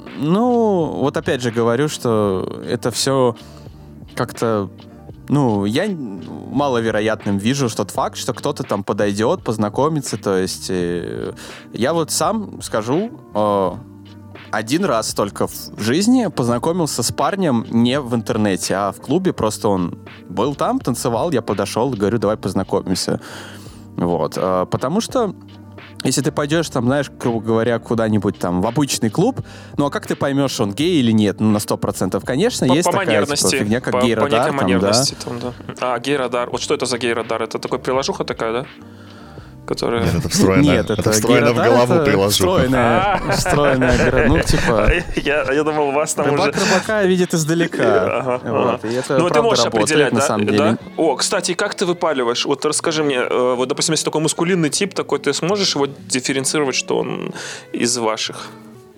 ну вот опять же говорю, что это все как-то, ну, я маловероятным вижу тот факт, что кто-то там подойдет, познакомится, то есть э... я вот сам скажу... Э... Один раз только в жизни познакомился с парнем не в интернете, а в клубе. Просто он был там, танцевал, я подошел и говорю, давай познакомимся. Вот. Потому что если ты пойдешь там, знаешь, грубо говоря, куда-нибудь там в обычный клуб, ну а как ты поймешь, он гей или нет? Ну на сто процентов, конечно, по, есть по такая типа, фигня, как по, гей-радар. По там, да? Там, да. А, гей-радар. Вот что это за гей-радар? Это такой приложуха такая, да? Которая... Нет, это встроено, Нет, это, это встроено в голову приложу. Встроенная, встроенная, ну, типа... Я, я думал, вас там рыбак уже... рыбака видит издалека. Ага, вот. ага. И это, ну, ты можешь работает, определять, на да? самом деле. Да? О, кстати, как ты выпаливаешь? Вот расскажи мне, вот, допустим, если такой мускулинный тип такой, ты сможешь его дифференцировать, что он из ваших?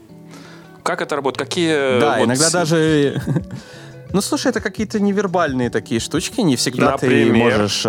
Как это работает? Какие... Да, вот... иногда даже... Ну, слушай, это какие-то невербальные такие штучки, не всегда Например? ты можешь...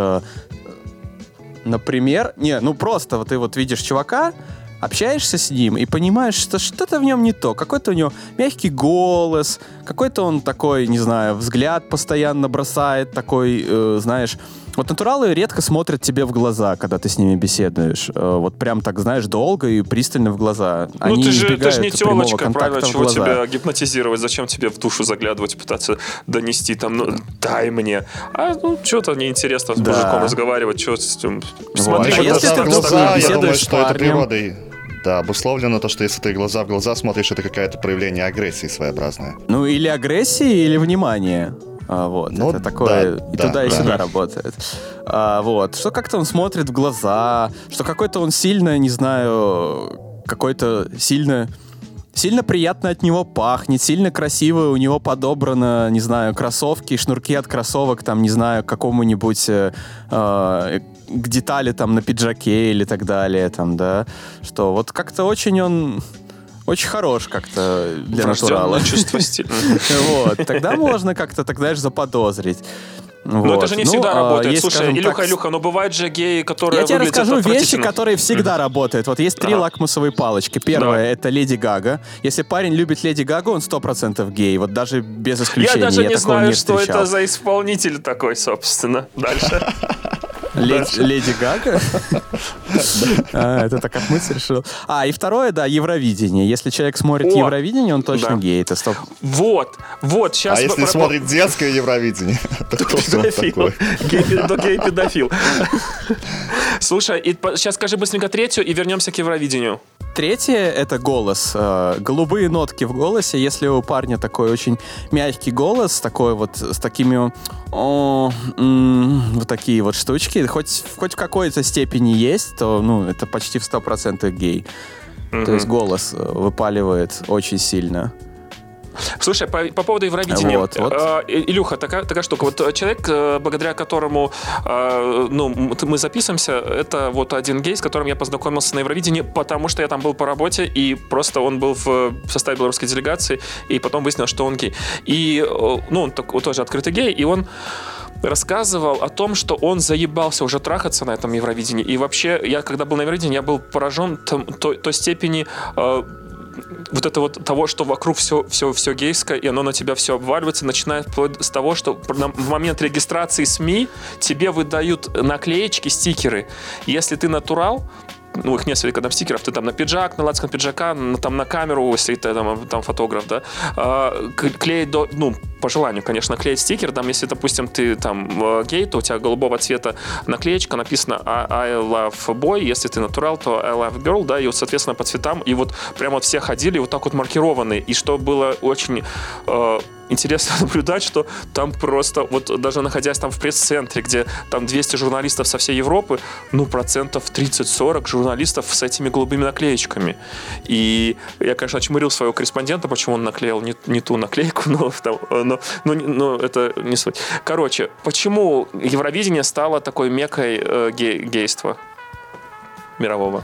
Например, не, ну просто вот ты вот видишь чувака, общаешься с ним и понимаешь, что что-то в нем не то. Какой-то у него мягкий голос, какой-то он такой, не знаю, взгляд постоянно бросает, такой, э, знаешь... Вот натуралы редко смотрят тебе в глаза, когда ты с ними беседуешь. Э, вот прям так, знаешь, долго и пристально в глаза. Ну Они ты же, ты же не телочка, правильно? Чего глаза. тебя гипнотизировать? Зачем тебе в душу заглядывать, пытаться донести там, ну, дай мне. А ну, что-то неинтересно с да. мужиком разговаривать. Что с этим... Смотри, вот. а если ты глаза, я думаю, что это природой... Да, обусловлено то, что если ты глаза в глаза смотришь, это какое-то проявление агрессии своеобразное. Ну, или агрессии, или внимания. А, вот, ну, это такое да, и да, туда, и да. сюда работает. А, вот, что как-то он смотрит в глаза, что какой-то он сильно, не знаю, какой-то сильно... Сильно приятно от него пахнет, сильно красиво у него подобрано, не знаю, кроссовки, шнурки от кроссовок, там, не знаю, к какому-нибудь, э, э, к детали там на пиджаке или так далее, там, да, что вот как-то очень он... Очень хорош как-то для натурала. чувство стиля. Вот, тогда можно как-то, так знаешь, заподозрить. Но Вот. это же не Ну, всегда а, работает. есть, Слушай, скажем Илюха, так, Илюха, но бывают же геи, которые Я тебе выглядят расскажу вещи, отвратительно. которые всегда работают. Вот есть три Ага. лакмусовые палочки. Первое Давай. — это Леди Гага. Если парень любит Леди Гагу, он сто процентов гей. Вот даже без Я исключения. даже не такого знаю, не что встречал. это за исполнитель такой, собственно. Дальше. Леди, Леди Гага? А, это так как мысль решил. А, и второе, да, Евровидение. Если человек смотрит О! Евровидение, он точно Да. гей. Это стоп. Вот, вот, сейчас... А если смотрит детское Евровидение, то кто же он такой? Гей-педофил. Слушай, сейчас скажи быстренько третью и вернемся к Евровидению. Третье — это голос. Э, Голубые нотки в голосе. Если у парня такой очень мягкий голос, такой вот с такими о, м, вот такие вот штучки, хоть, хоть в какой-то степени есть, то ну, это почти в сто процентов гей. Мгм. То есть голос э, выпаливает очень сильно. Слушай, по, по поводу Евровидения. Вот, вот. Э, Илюха, такая, такая штука. Вот человек, э, благодаря которому э, ну, м- мы записываемся, это вот один гей, с которым я познакомился на Евровидении, потому что я там был по работе, и просто он был в, в составе белорусской делегации, и потом выяснилось, что он гей. И, э, ну, он так, тоже открытый гей, и он рассказывал о том, что он заебался уже трахаться на этом Евровидении. И вообще, я когда был на Евровидении, я был поражен том- той, той степени... э, вот это вот того, что вокруг все, все, все гейское, и оно на тебя все обваливается, начиная вплоть с того, что в момент регистрации СМИ тебе выдают наклеечки, стикеры. Если ты натурал, ну, их несколько там стикеров, ты там на пиджак, на лацкан пиджака, на, там на камеру, если ты там, там фотограф, да, а, клеить, до, ну, по желанию, конечно, клеить стикер, там, если, допустим, ты там гей, то у тебя голубого цвета наклеечка, написано I love boy, если ты натурал, то I love girl, да, и вот, соответственно, по цветам, и вот прямо вот все ходили вот так вот маркированные, и что было очень... Э, интересно наблюдать, что там просто, вот даже находясь там в пресс-центре, где там двести журналистов со всей Европы, ну, процентов тридцать-сорок журналистов с этими голубыми наклеечками. И я, конечно, очмырил своего корреспондента, почему он наклеил не, не ту наклейку, но, там, но, но, но это не суть. Короче, почему Евровидение стало такой меккой э, гей, гейства мирового?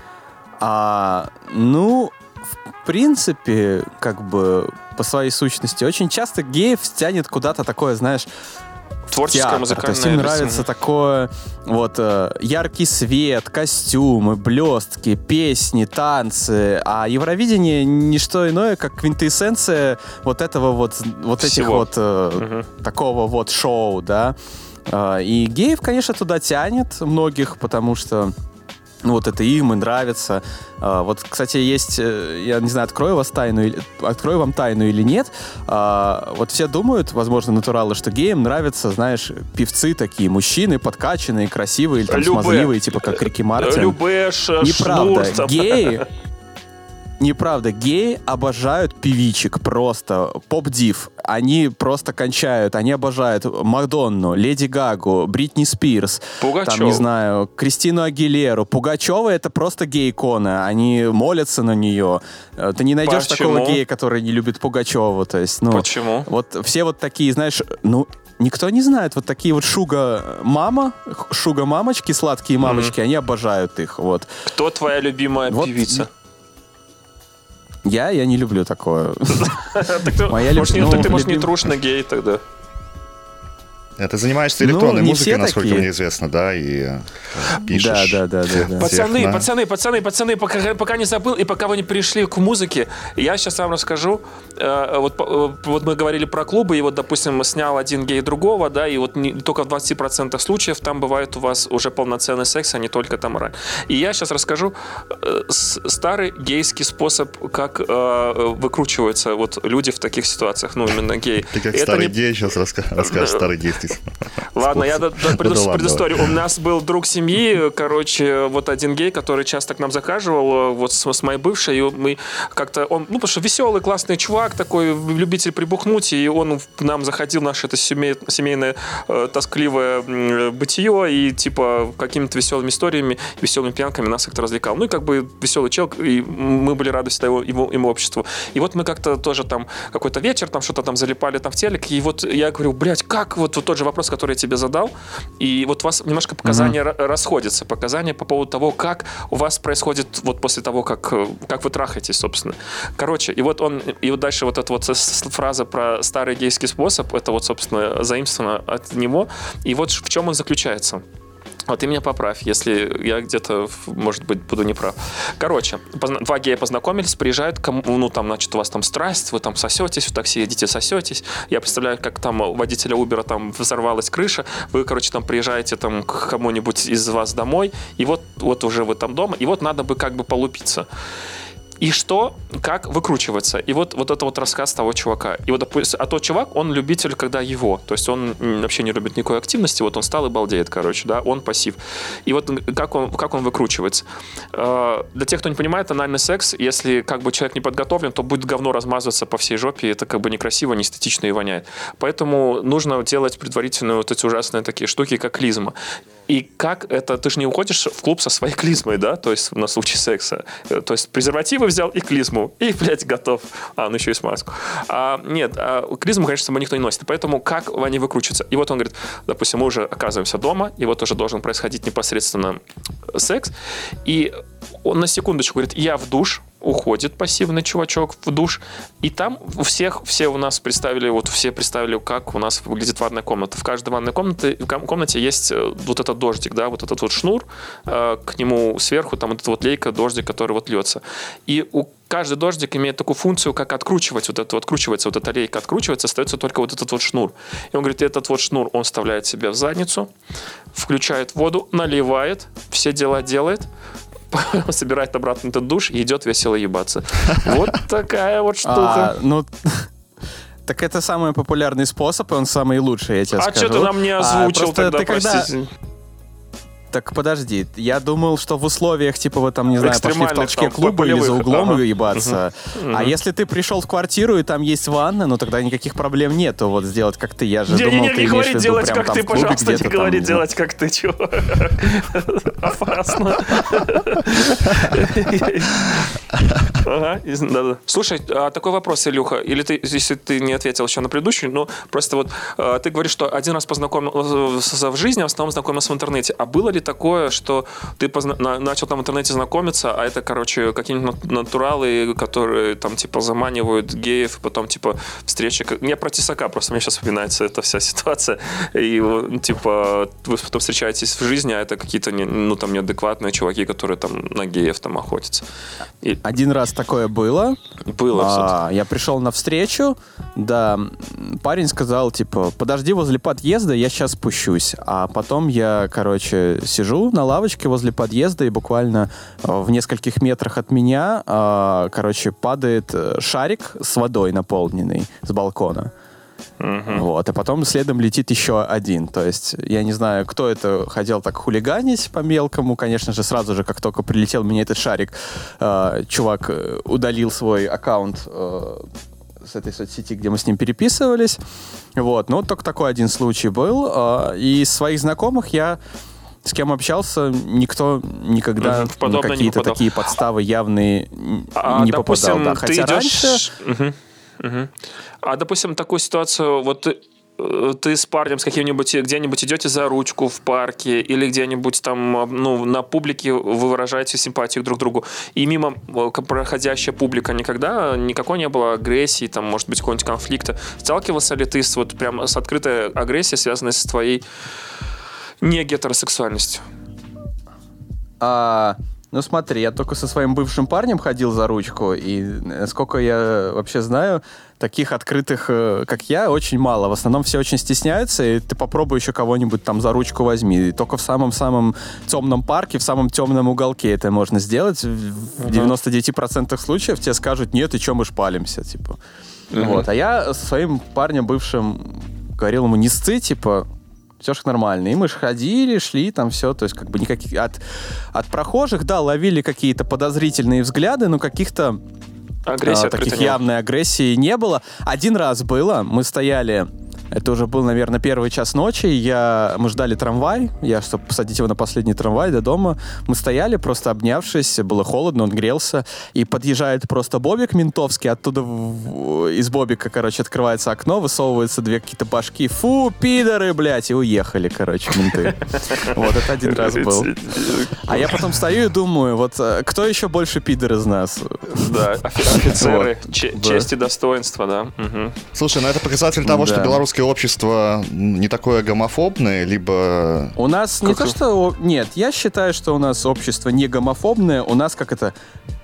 А, ну, в принципе, как бы по своей сущности, очень часто геев тянет куда-то такое, знаешь, Творческое, театр. музыкальное. То есть им нравится такое вот э, яркий свет, костюмы, блестки, песни, танцы. А Евровидение не что иное, как квинтэссенция вот этого вот, вот этих Всего. вот э, Угу. такого вот шоу, да. Э, и геев, конечно, туда тянет многих, потому что ну, вот это им и нравится. А, вот, кстати, есть, я не знаю, открою вас тайну, или- открою вам тайну или нет. А, вот все думают, возможно, натуралы, что геям нравятся, знаешь, певцы такие, мужчины подкачанные, красивые, или там Любэ. смазливые, типа как Рики Мартин. Любэ, ш- Неправда. Шнур, там. Геи... Неправда, геи обожают певичек просто, поп-див. Они просто кончают, они обожают Мадонну, Леди Гагу, Бритни Спирс, Пугачёв. там, не знаю, Кристину Агилеру. Пугачева — это просто гей-икона, они молятся на нее. Э, Ты не найдешь Почему? такого гея, который не любит Пугачеву, то есть, ну... Почему? Вот все вот такие, знаешь, ну... Никто не знает, вот такие вот шуга-мама, шуга-мамочки, сладкие мамочки, они обожают их, вот. Кто твоя любимая Вот певица? Я, я не люблю такое. Так ты, Моя может, люб- не, ну, так ты, может, не любим- трушный гей тогда? А ты занимаешься Ну, электронной не музыкой, все насколько такие. мне известно, да, и э, пишешь. Да, да, да, да, да. Пацаны, техно. пацаны, пацаны, пацаны, пока, пока не забыл, и пока вы не пришли к музыке, я сейчас вам расскажу. Э, вот, э, вот мы говорили про клубы, и вот, допустим, снял один гей другого, да, и вот не, только в двадцати процентах случаев там бывает у вас уже полноценный секс, а не только там ораль. И я сейчас расскажу э, с- старый гейский способ, как э, выкручиваются вот люди в таких ситуациях, ну, именно геи. Ты как Это старый не- гей сейчас раска- расскажешь, старый гей здесь. Ладно, я до- до- предыс- Да ладно, предысторию. У нас был друг семьи, короче, вот один гей, который часто к нам захаживал, вот с, с моей бывшей, и мы как-то, он, ну, потому что веселый, классный чувак, такой любитель прибухнуть, и он к нам заходил в наше это семей- семейное э, тоскливое м, бытие, и типа какими-то веселыми историями, веселыми пьянками нас как-то развлекал. Ну и как бы веселый чел, и мы были рады всегда его, его, ему обществу. И вот мы как-то тоже там какой-то вечер, там что-то там залипали там в телек, и вот я говорю, блядь, как вот, вот тот же вопрос, который я тебе тебе задал, и вот у вас немножко показания mm-hmm. р- расходятся, показания по поводу того, как у вас происходит вот после того, как, как вы трахаетесь, собственно. Короче, и вот он, и вот дальше вот эта вот фраза про старый гейский способ, это вот, собственно, заимствовано от него, и вот в чем он заключается. Вот ты меня поправь, если я где-то, может быть, буду неправ. Короче, позна- два гея познакомились, приезжают, кому, ну, там, значит, у вас там страсть, вы там сосетесь, в такси едете, сосетесь. Я представляю, как там у водителя Uber там взорвалась крыша, вы, короче, там приезжаете там к кому-нибудь из вас домой, и вот, вот уже вы там дома, и вот надо бы как бы полупиться. И что, как выкручиваться. И вот, вот это вот рассказ того чувака. И вот, а тот чувак, он любитель, когда его. То есть он вообще не любит никакой активности. Вот он стал и балдеет, короче, да, он пассив. И вот как он, как он выкручивается. Для тех, кто не понимает, анальный секс, если как бы человек не подготовлен, то будет говно размазываться по всей жопе. Это как бы некрасиво, не эстетично и воняет. Поэтому нужно делать предварительно вот эти ужасные такие штуки, как клизма. И как это... Ты же не уходишь в клуб со своей клизмой, да? То есть на случай секса. То есть презервативы взял и клизму. И, блядь, готов. А, ну еще и смазку. А, нет, а, клизму, конечно, с собой никто не носит. Поэтому как они выкручиваются? И вот он говорит, допустим, мы уже оказываемся дома, и вот уже должен происходить непосредственно секс. И он на секундочку говорит, я в душ. Уходит пассивный чувачок в душ. И там у всех, все у нас представили, вот все представили, как у нас выглядит ванная комната. В каждой ванной комнате, комнате есть вот этот дождик, да, вот этот вот шнур, э, к нему сверху там вот эта вот лейка, дождик, который вот льется. И у каждый дождик имеет такую функцию, как откручивать, вот это вот откручивается, вот эта лейка откручивается, остается только вот этот вот шнур. И он говорит, этот вот шнур он вставляет себе в задницу, включает воду, наливает, все дела делает, собирает обратно этот душ и идет весело ебаться. Вот такая вот штука. А, ну, так это самый популярный способ, и он самый лучший, я тебе а скажу. А что ты нам не озвучил а, тогда, ты простите? Когда... Так подожди, я думал, что в условиях, типа, вы там, не знаю, пошли в толчке клуба или за углом ага. ебаться. Угу. А угу. если ты пришел в квартиру, и там есть ванна, ну тогда никаких проблем нету, вот сделать как ты. Я же не, думал, не, не, ты не имеешь говори в виду делать прям как там ты, в клубе, пожалуйста, не говори там, делать как ты, чего? Опасно. Ага, слушай, такой вопрос, Илюха, или ты, если ты не ответил еще на предыдущий, ну просто вот ты говоришь, что один раз познакомился в жизни, а в основном знакомился в интернете. А было ли такое, что ты позна- на- начал там в интернете знакомиться, а это, короче, какие-нибудь натуралы, которые там, типа, заманивают геев, потом, типа, встречи... Не про тесака, просто мне сейчас вспоминается эта вся ситуация. И, типа, вы потом встречаетесь в жизни, а это какие-то, ну, там, неадекватные чуваки, которые там на геев там охотятся. И... Один раз такое было. Было. А, я пришел на встречу, да, парень сказал, типа, подожди возле подъезда, я сейчас спущусь. А потом я, короче, сижу на лавочке возле подъезда, и буквально в нескольких метрах от меня, короче, падает шарик с водой наполненный с балкона. Uh-huh. Вот, и потом следом летит еще один. То есть, я не знаю, кто это хотел так хулиганить по-мелкому. Конечно же, сразу же, как только прилетел мне этот шарик, э, чувак удалил свой аккаунт э, с этой соцсети, где мы с ним переписывались. Вот, ну, только такой один случай был. Э, и из своих знакомых я с кем общался, никто никогда mm-hmm. на какие-то такие подставы явные а, не допустим, попадал. Да. Хотя идешь... раньше... Uh-huh. Uh-huh. А, допустим, такую ситуацию, вот ты, ты с парнем с каким-нибудь где-нибудь идете за ручку в парке или где-нибудь там, ну, на публике вы выражаете симпатию друг к другу, и мимо проходящая публика никогда никакой не было агрессии, там, может быть, какого-нибудь конфликта. Сталкивался ли ты с, вот, прям с открытой агрессией, связанной с твоей не гетеросексуальностью? А, ну смотри, я только со своим бывшим парнем ходил за ручку, и насколько я вообще знаю, таких открытых, как я, очень мало. В основном все очень стесняются, и ты попробуй еще кого-нибудь там за ручку возьми. И только в самом-самом темном парке, в самом темном уголке это можно сделать. В девяноста девяти процентах случаев тебе скажут, нет, и че мы шпалимся, типа. Uh-huh. Вот. А я со своим парнем бывшим говорил ему, не сцы, типа, все же нормально. И мы же ходили, шли, там все, то есть как бы никаких... От, от прохожих, да, ловили какие-то подозрительные взгляды, но каких-то а, таких явной агрессии не было. Один раз было, мы стояли Это уже был, наверное, первый час ночи. Я... Мы ждали трамвай. Я, чтобы посадить его на последний трамвай до дома. Мы стояли, просто обнявшись. Было холодно, он грелся. И подъезжает просто Бобик ментовский. Оттуда в... из Бобика, короче, открывается окно, высовываются две какие-то башки. Фу, пидоры, блядь! И уехали, короче, менты. Вот, это один раз был. А я потом стою и думаю, вот кто еще больше пидор из нас? Да, офицеры. Честь и достоинство, да. Слушай, ну это показатель того, что белорусское общество не такое гомофобное, либо... У нас не то, что... Нет, я считаю, что у нас общество не гомофобное, у нас как это...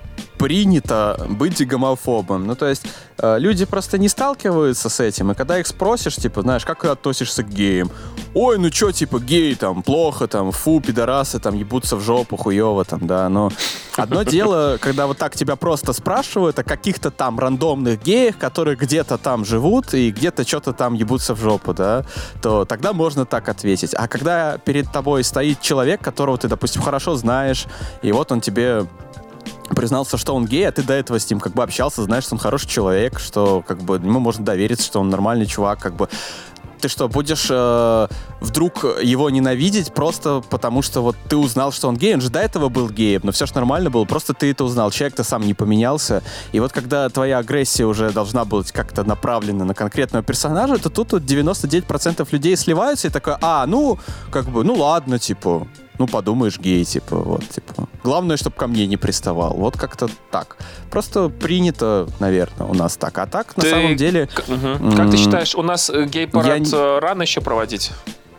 принято быть гомофобом. Ну, то есть, э, люди просто не сталкиваются с этим, и когда их спросишь, типа, знаешь, как ты относишься к геям? Ой, ну чё, типа, геи, там, плохо, там, фу, пидорасы, там, ебутся в жопу, хуёво, там, да, но одно дело, когда вот так тебя просто спрашивают о каких-то там рандомных геях, которые где-то там живут и где-то что-то там ебутся в жопу, да, то тогда можно так ответить. А когда перед тобой стоит человек, которого ты, допустим, хорошо знаешь, и вот он тебе признался, что он гей, а ты до этого с ним как бы общался, знаешь, что он хороший человек, что как бы ему можно довериться, что он нормальный чувак, как бы. Ты что, будешь э, вдруг его ненавидеть просто потому, что вот ты узнал, что он гей? Он же до этого был геем, но все же нормально было, просто ты это узнал, человек-то сам не поменялся. И вот когда твоя агрессия уже должна быть как-то направлена на конкретного персонажа, то тут вот девяносто девять процентов людей сливаются и такое, а, ну, как бы, ну ладно, типа... Ну, подумаешь, гей, типа, вот, типа. Главное, чтобы ко мне не приставал. Вот как-то так. Просто принято, наверное, у нас так. А так, на ты... самом деле... К- угу. Как ты считаешь, у нас гей-парад я... рано еще проводить?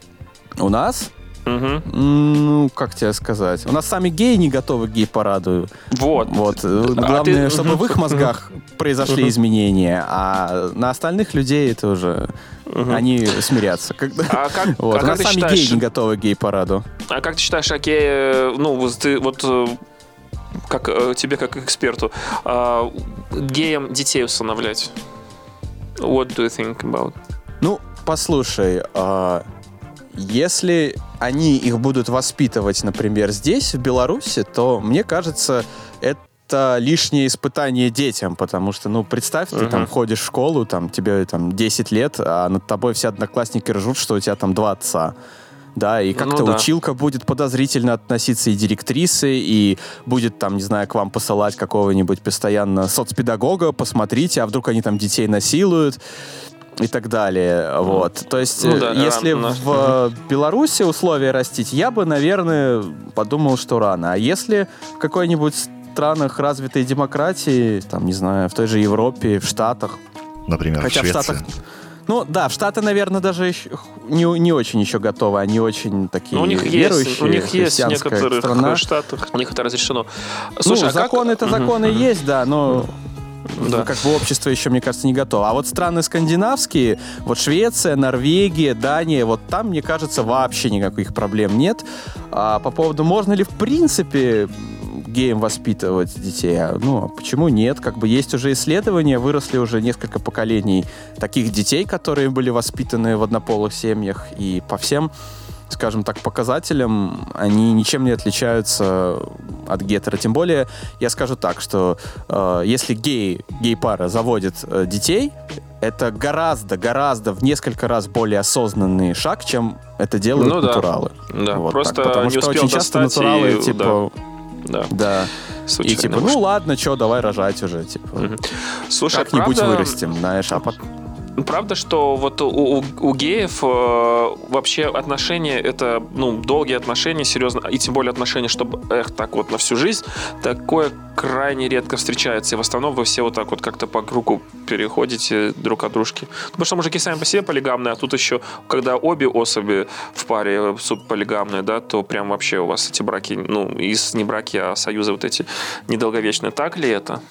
У нас? Угу. Ну, как тебе сказать? У нас сами геи не готовы к гей-параду. Вот. Вот. Главное, а ты... чтобы в их мозгах произошли изменения, а на остальных людей это уже... Угу. Они смирятся. Когда... А как, вот. а У как нас ты сами считаешь... геи не готовы к гей-параду. А как ты считаешь, окей, ну, ты вот как тебе как эксперту, а, геям детей усыновлять? What do you think about? Ну, послушай, а, если они их будут воспитывать, например, здесь, в Беларуси, то, мне кажется, это это лишнее испытание детям, потому что, ну, представь, ты uh-huh. там ходишь в школу, там, тебе там десять лет, а над тобой все одноклассники ржут, что у тебя там два отца. Да, и как-то ну, да. училка будет подозрительно относиться, и директрисы, и будет там, не знаю, к вам посылать какого-нибудь постоянно соцпедагога, посмотрите, а вдруг они там детей насилуют и так далее. Вот. То есть, ну, да, если рано, в рано. Беларуси условия растить, я бы, наверное, подумал, что рано. А если в какой-нибудь странах развитой демократии, там, не знаю, в той же Европе, в Штатах. Например, хотя в Швеции. В Штатах, ну, да, в Штаты, наверное, даже еще не, не очень еще готовы. Они очень такие ну, у них верующие. Есть, у них есть в некоторых страна. штатах, у них это разрешено. Слушай, ну, а законы-то как... законы uh-huh. есть, да, но... Да. Как бы общество еще, мне кажется, не готово. А вот страны скандинавские, вот Швеция, Норвегия, Дания, вот там, мне кажется, вообще никаких проблем нет. А по поводу, можно ли в принципе геям воспитывать детей? Ну, а почему нет? Как бы есть уже исследования, выросли уже несколько поколений таких детей, которые были воспитаны в однополых семьях, и по всем, скажем так, показателям они ничем не отличаются от гетеро. Тем более, я скажу так, что э, если гей, гей-пара заводит э, детей, это гораздо, гораздо, в несколько раз более осознанный шаг, чем это делают ну, натуралы. Да, да. Вот просто так, потому не что успел очень часто натуралы, и... типа... Да. да. Случайно, и типа, может. ну ладно, что, давай рожать уже, типа. Угу. Слушай, как-нибудь правда... вырастем, знаешь, а потом... Правда, что вот у, у, у геев э, вообще отношения, это, ну, долгие отношения, серьезно, и тем более отношения, чтобы, эх, так вот на всю жизнь, такое крайне редко встречается. И в основном вы все вот так вот как-то по кругу переходите друг от дружки. Потому что мужики сами по себе полигамные, а тут еще, когда обе особи в паре субполигамные, да, то прям вообще у вас эти браки, ну, из не браки, а союзы вот эти недолговечные. Так ли это?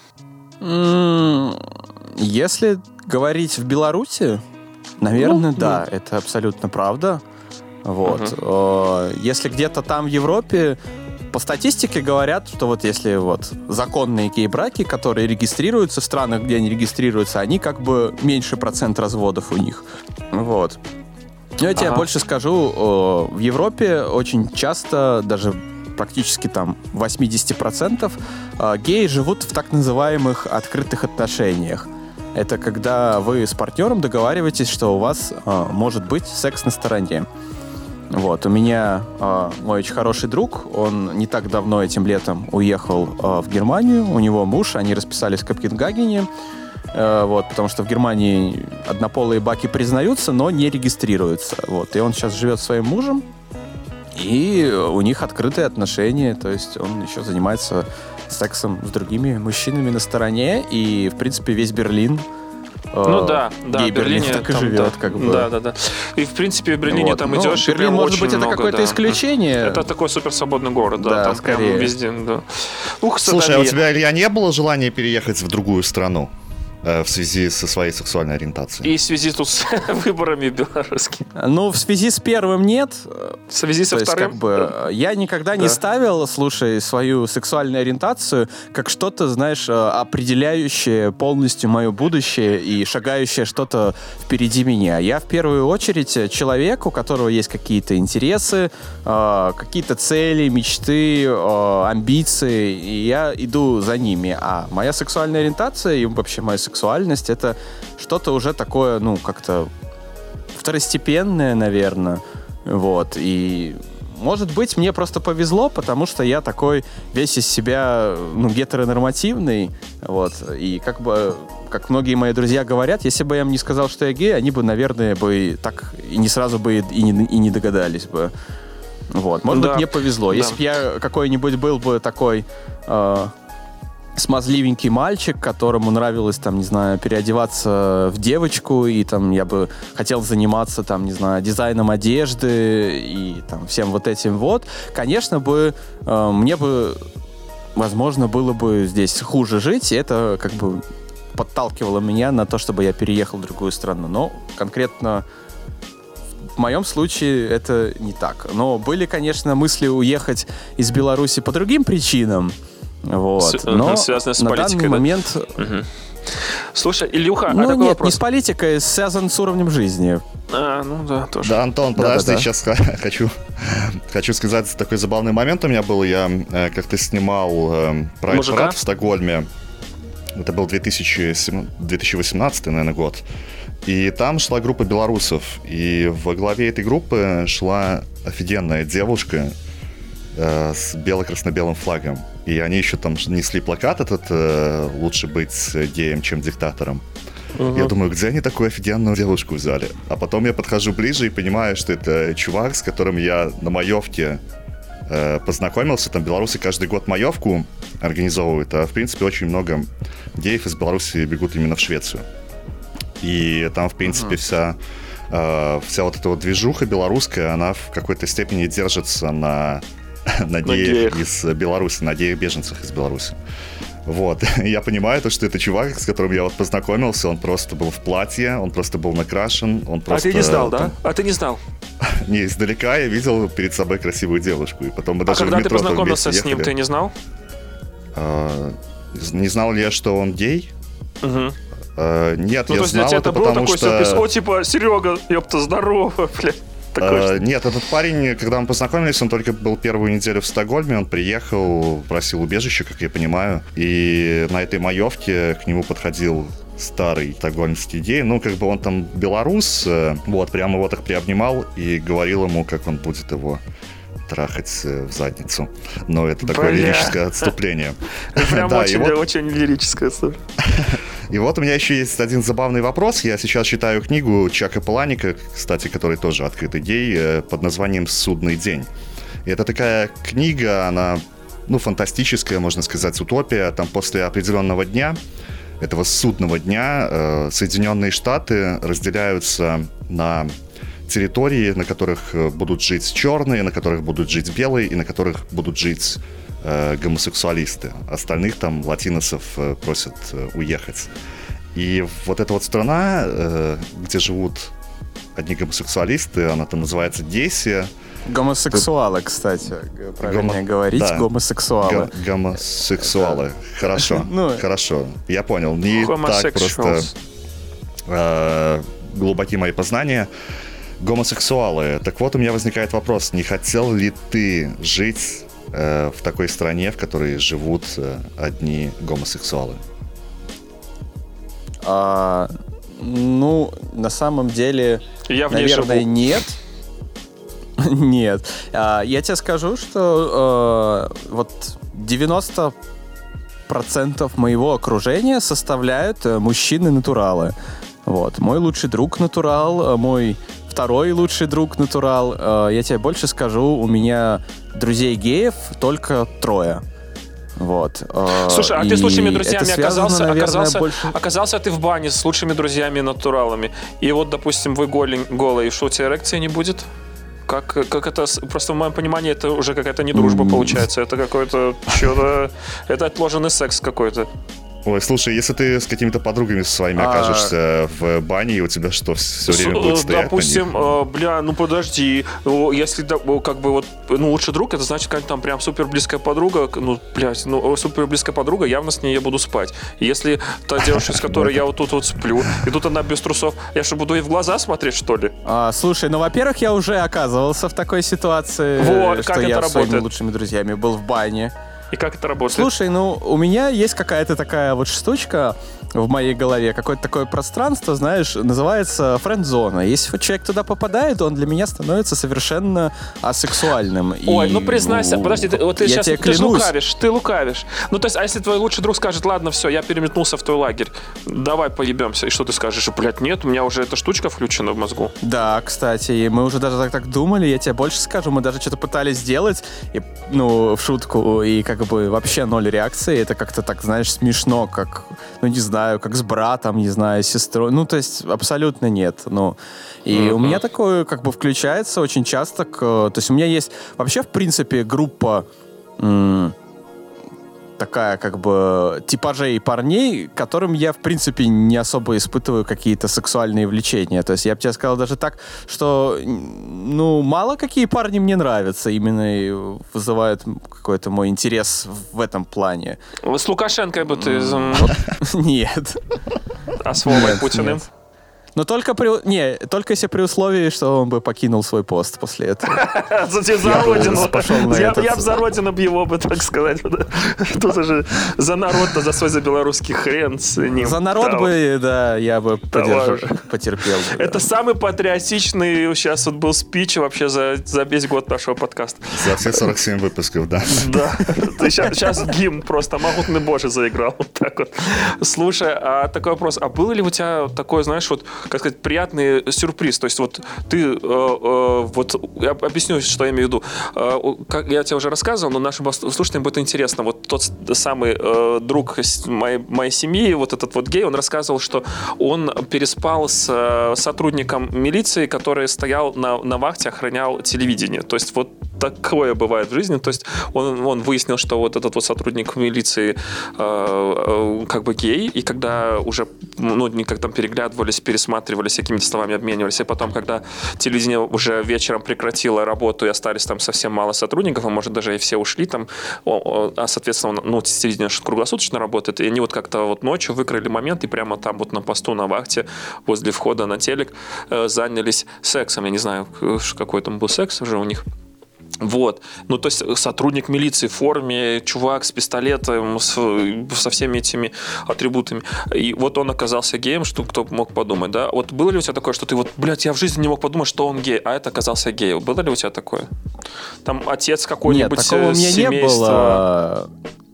Если говорить в Беларуси, наверное, ну, да, ну. это абсолютно правда. Вот. Uh-huh. Если где-то там в Европе, по статистике говорят, что вот если вот законные гей-браки, которые регистрируются в странах, где они регистрируются, они как бы меньше процент разводов у них. Вот. Но я тебе ага. больше скажу, в Европе очень часто, даже практически там восемьдесят процентов геи живут в так называемых открытых отношениях. Это когда вы с партнером договариваетесь, что у вас э, может быть секс на стороне. Вот, у меня э, мой очень хороший друг, он не так давно этим летом уехал э, в Германию, у него муж, они расписались в Копенгагене, э, вот, потому что в Германии однополые браки признаются, но не регистрируются. Вот, и он сейчас живет со своим мужем, и у них открытые отношения, то есть он еще занимается сексом с другими мужчинами на стороне, и, в принципе, весь Берлин Ну да, да, в Берлине Берлине так и там, живет, да, как бы. Да, да, да. И, в принципе, в Берлине Вот. там Ну, идешь, и Берлин, прям может очень быть, это много, какое-то да. исключение. Это такой суперсвободный город, да. Да, там скорее. прям везде, да. Ух, Слушай, а у садовье. тебя, Илья, не было желания переехать в другую страну э, в связи со своей сексуальной ориентацией? И в связи тут с выборами белорусскими. Ну, в связи с первым нет. В связи со То есть, вторым. как бы, я никогда не Да. ставил, слушай, свою сексуальную ориентацию как что-то, знаешь, определяющее полностью мое будущее и шагающее что-то впереди меня. Я в первую очередь человек, у которого есть какие-то интересы, э, какие-то цели, мечты, э, амбиции, и я иду за ними. А моя сексуальная ориентация и вообще моя сексуальность — это что-то уже такое, ну, как-то второстепенное, наверное. Вот. И, может быть, мне просто повезло, потому что я такой весь из себя, ну, гетеронормативный. Вот. И как бы, как многие мои друзья говорят, если бы я им не сказал, что я гей, они бы, наверное, бы так и не сразу бы и не, и не догадались бы. Вот. Может Да. быть, мне повезло. Да. Если бы я какой-нибудь был бы такой... э, смазливенький мальчик, которому нравилось, там, не знаю, переодеваться в девочку, и там я бы хотел заниматься, там, не знаю, дизайном одежды и там всем вот этим вот, конечно бы, э, мне бы, возможно, было бы здесь хуже жить, и это как бы подталкивало меня на то, чтобы я переехал в другую страну. Но конкретно в моем случае это не так. Но были, конечно, мысли уехать из Беларуси по другим причинам. Вот. С- Но связано с на политикой, данный да? момент... Мгм. Слушай, Илюха, а Ну такой нет, вопрос. не с политикой, связан с уровнем жизни. А, ну да, тоже. Да, Антон, подожди, Да-да-да. сейчас хочу, хочу сказать, такой забавный момент у меня был. Я э, как-то снимал э, Pride Мужика? Parade в Стокгольме. Это был две тысячи восемнадцатый, наверное, год. И там шла группа белорусов. И во главе этой группы шла офигенная девушка э, с бело-красно-белым флагом. И они еще там несли плакат этот э, «Лучше быть геем, чем диктатором». Мгм. Я думаю, где они такую офигенную девушку взяли? А потом я подхожу ближе и понимаю, что это чувак, с которым я на маевке э, познакомился. Там белорусы каждый год маевку организовывают, а в принципе очень много геев из Беларуси бегут именно в Швецию. И там, в принципе, вся, э, вся вот эта вот движуха белорусская, она в какой-то степени держится на, на геях геях. из Беларуси, на геях-беженцах из Беларуси. Вот. И я понимаю то, что это чувак, с которым я вот познакомился, он просто был в платье, он просто был накрашен, он А просто... ты не знал, да? там, А ты не знал. не, издалека я видел перед собой красивую девушку, и потом мы А даже в когда ты метро там познакомился вместе с ним, ехали. ты не знал? А, не знал ли я, что он гей? Угу. А, нет, Ну, я то есть для знал тебя это, это был потому такой что... сюрприз? О, типа, Серега, ёпта, здорово, блядь. Такой, А, что- нет, этот парень, когда мы познакомились, он только был первую неделю в Стокгольме, он приехал, просил убежище, как я понимаю, и на этой маевке к нему подходил старый стокгольмский гей, ну, как бы он там белорус, э, вот, прямо его так приобнимал и говорил ему, как он будет его трахать э, в задницу. Но это такое Бля. лирическое отступление. Прям Да, и очень, вот- очень лирическая история. И вот у меня еще есть один забавный вопрос. Я сейчас читаю книгу Чака Паланика, кстати, который тоже открытый гей, э, под названием «Судный день». И это такая книга, она, ну, фантастическая, можно сказать, утопия. Там после определенного дня, этого судного дня, э, Соединенные Штаты разделяются на территории, на которых э, будут жить черные, на которых будут жить белые и на которых будут жить э, гомосексуалисты. Остальных там латиносов э, просят э, уехать. И вот эта вот страна, э, где живут одни гомосексуалисты, она там называется Гесия. Гомосексуалы, кстати, г- правильнее Гомо- говорить, да. гомосексуалы. Го- гомосексуалы. Хорошо, Ну, хорошо. Я понял. Не так просто Homosexuals. э, глубоки мои познания. Гомосексуалы. Так вот, у меня возникает вопрос. Не хотел ли ты жить э, в такой стране, в которой живут э, одни гомосексуалы? А, ну, на самом деле, Я в ней наверное, живу. нет. Нет. А, я тебе скажу, что э, вот девяносто процентов моего окружения составляют э, мужчины-натуралы. Вот. Мой лучший друг натурал, мой второй лучший друг натурал. Э, я тебе больше скажу, у меня друзей геев только трое. Вот. Слушай, а И ты с лучшими это друзьями связано, оказался, наверное, оказался, больше... оказался ты в бане с лучшими друзьями-натуралами, и вот, допустим, вы голень, голые, что у тебя эрекции не будет? Как, как это, просто в моем понимании, это уже какая-то не дружба получается, это какой-то, что-то, это отложенный секс какой-то. Ой, слушай, если ты с какими-то подругами своими А... окажешься в бане, и у тебя что, все время будет стоять Допустим, на них? э, бля, ну подожди, ну, если как бы вот, ну, лучший друг, это значит, как там прям супер близкая подруга, ну, блядь, ну, супер близкая подруга, явно с ней я буду спать. И если та девушка, с которой я вот тут вот сплю, и тут она без трусов, я что, буду ей в глаза смотреть, что ли? А, слушай, ну, во-первых, я уже оказывался в такой ситуации, Вот, что как я это с своими работает? лучшими друзьями был в бане. И как это работает? Слушай, ну, у меня есть какая-то такая вот штучка в моей голове, какое-то такое пространство, знаешь, называется френд-зона. Если вот человек туда попадает, он для меня становится совершенно асексуальным. Ой, И, ну признайся, ну, подожди, ты, вот ты я сейчас тебе ты ж клянусь. лукавишь, ты лукавишь. Ну, то есть, а если твой лучший друг скажет, ладно, все, я переметнулся в твой лагерь, давай поебемся, и что ты скажешь? Блядь, нет, у меня уже эта штучка включена в мозгу. Да, кстати, и мы уже даже так, так думали, я тебе больше скажу, мы даже что-то пытались сделать, и, ну, в шутку, и как бы вообще ноль реакции, это как-то так, знаешь, смешно, как, ну, не знаю, как с братом, не знаю, с сестрой, ну, то есть абсолютно нет, ну, и uh-huh. у меня такое как бы включается очень часто, к, то есть у меня есть вообще, в принципе, группа м- такая, как бы, типажей парней, которым я, в принципе, не особо испытываю какие-то сексуальные влечения. То есть я бы тебе сказал даже так, что, ну, мало какие парни мне нравятся, именно и вызывают какой-то мой интерес в этом плане. С Лукашенко бы ты... Нет. А с Вовой Путиным? Но только при... Не, только если при условии, что он бы покинул свой пост после этого. За родину. Я бы за родину бы его бы, так сказать. Тут уже за народ-то, за свой, за белорусский хрен с ним. За народ бы, да, я бы потерпел. Это самый патриотичный сейчас вот был спич вообще за весь год нашего подкаста. За все сорок семь выпусков, да. Да. Сейчас гимн просто «Могутный Боже» заиграл. Вот так вот. Слушай, а такой вопрос. А было ли у тебя такое, знаешь, вот как сказать, приятный сюрприз. То есть вот ты, э, э, вот я объясню, что я имею в виду. Э, как я тебе уже рассказывал, но нашим слушателям будет интересно. Вот тот самый э, друг моей, моей семьи, вот этот вот гей, он рассказывал, что он переспал с э, сотрудником милиции, который стоял на, на вахте, охранял телевидение. То есть вот такое бывает в жизни. То есть он, он выяснил, что вот этот вот сотрудник милиции э, э, как бы гей, и когда уже, ну, они как там переглядывались, пересматривались, какими-то словами обменивались, и потом, когда телевидение уже вечером прекратило работу и остались там совсем мало сотрудников, а может даже и все ушли там, а соответственно, ну, телевидение круглосуточно работает, и они вот как-то вот ночью выкрыли момент и прямо там вот на посту, на вахте, возле входа на телек э, занялись сексом. Я не знаю, какой там был секс уже у них. Вот. Ну, то есть сотрудник милиции в форме, чувак с пистолетом, с, со всеми этими атрибутами. И вот он оказался геем, что кто мог подумать, да? Вот было ли у тебя такое, что ты вот, блядь, я в жизни не мог подумать, что он гей, а это оказался гей. Было ли у тебя такое? Там отец какой-нибудь Нет, такого у меня семейства... не было.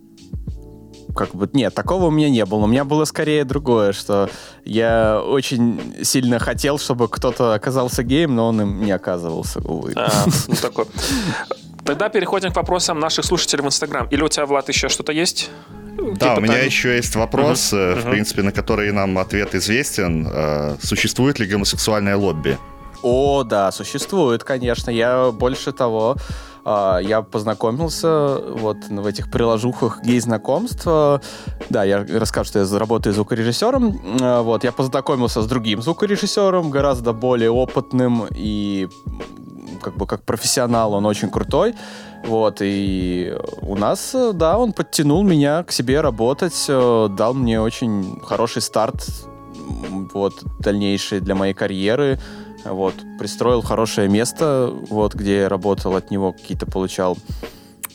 Как бы, нет, такого у меня не было. У меня было скорее другое, что я очень сильно хотел, чтобы кто-то оказался геем, но он им не оказывался, увы. А, ну такой. Тогда переходим к вопросам наших слушателей в Инстаграм. Или у тебя, Влад, еще что-то есть? Да, у меня еще есть вопрос, uh-huh. в uh-huh. принципе, на который нам ответ известен. Существует ли гомосексуальное лобби? О, да, существует, конечно. Я больше того... Я познакомился вот в этих приложухах гей-знакомств. Да, я расскажу, что я работаю звукорежиссером. Вот, я познакомился с другим звукорежиссером, гораздо более опытным и как бы как профессионал, он очень крутой. Вот, и у нас, да, он подтянул меня к себе работать, дал мне очень хороший старт, вот, дальнейший для моей карьеры. Вот, пристроил хорошее место, вот, где я работал, от него какие-то получал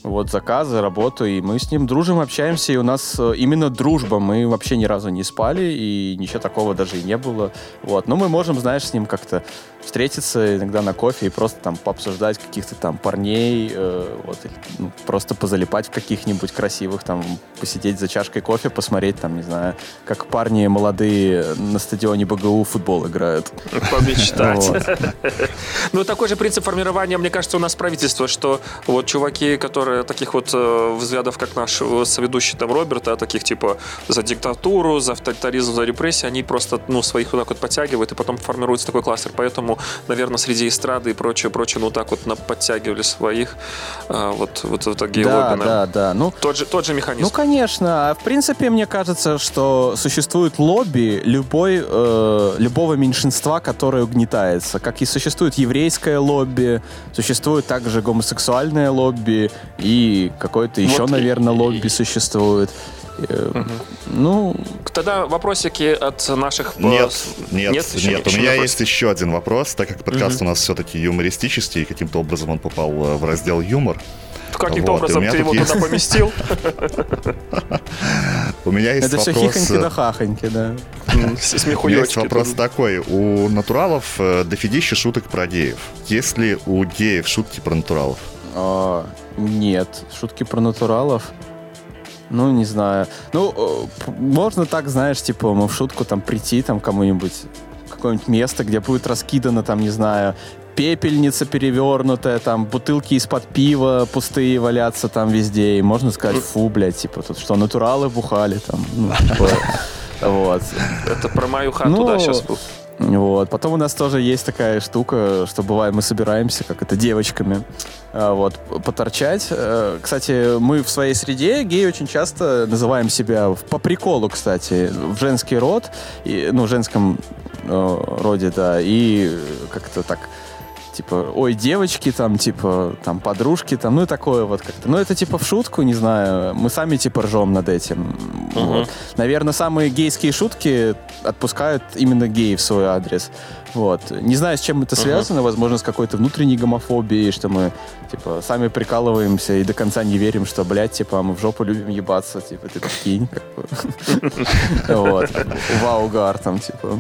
вот заказы, работу, и мы с ним дружим, общаемся, и у нас именно дружба, мы вообще ни разу не спали, и ничего такого даже и не было, вот, но мы можем, знаешь, с ним как-то встретиться иногда на кофе и просто там пообсуждать каких-то там парней, э, вот, ну, просто позалипать в каких-нибудь красивых, там, посидеть за чашкой кофе, посмотреть, там, не знаю, как парни молодые на стадионе БГУ футбол играют. Помечтать. Ну, такой же принцип формирования, мне кажется, у нас правительство, что вот чуваки, которые таких вот э, взглядов, как наш соведущий там Роберт, а таких типа за диктатуру, за авторитаризм, за репрессии, они просто, ну, своих вот так вот подтягивают, и потом формируется такой кластер. Поэтому, наверное, среди эстрады и прочее, прочее, ну, так вот на, подтягивали своих э, вот, вот это гей-лобби. Да, да, да. Ну, тот же, тот же механизм. Ну, конечно. А в принципе, мне кажется, что существует лобби любой, э, любого меньшинства, которое угнетается. Как и существует еврейское лобби, существует также гомосексуальное лобби, и какое-то еще, вот, наверное, лобби и... существует. Угу. Ну, тогда вопросики от наших... Нет, нет, нет. Еще, нет. Еще у меня вопрос? есть еще один вопрос, так как подкаст угу. у нас все-таки юмористический, и каким-то образом он попал в раздел юмор. Каким-то вот, образом ты его есть... туда поместил? У меня есть это вопрос... все хихоньки да хахоньки, да. У меня есть вопрос такой. У натуралов дофигища шуток про геев. Есть ли у геев шутки про натуралов? А, нет. Шутки про натуралов? Ну, не знаю. Ну, можно так, знаешь, типа, мы в шутку там прийти там кому-нибудь, какое-нибудь место, где будет раскидано, там, не знаю, пепельница перевернутая, там, бутылки из-под пива пустые валяться там везде, и можно сказать, фу, блядь, типа, тут что, натуралы бухали там, ну, типа, вот. Это про мою хату, да, сейчас был. Вот. Потом у нас тоже есть такая штука, что бывает, мы собираемся, как это, девочками, вот, поторчать. Кстати, мы в своей среде, геи, очень часто называем себя, по приколу, кстати, в женский род, и, ну, в женском э, роде, да, и как-то так, типа, ой, девочки, там, типа, там, подружки, там, ну, и такое вот как-то. Ну, это, типа, в шутку, не знаю, мы сами, типа, ржем над этим. Uh-huh. Вот. Наверное, самые гейские шутки отпускают именно геи в свой адрес. Вот. Не знаю, с чем это связано, uh-huh. возможно, с какой-то внутренней гомофобией, что мы, типа, сами прикалываемся и до конца не верим, что, блядь, типа, мы в жопу любим ебаться, типа, ты прикинь, как бы. Вот. Ваугар, там, типа.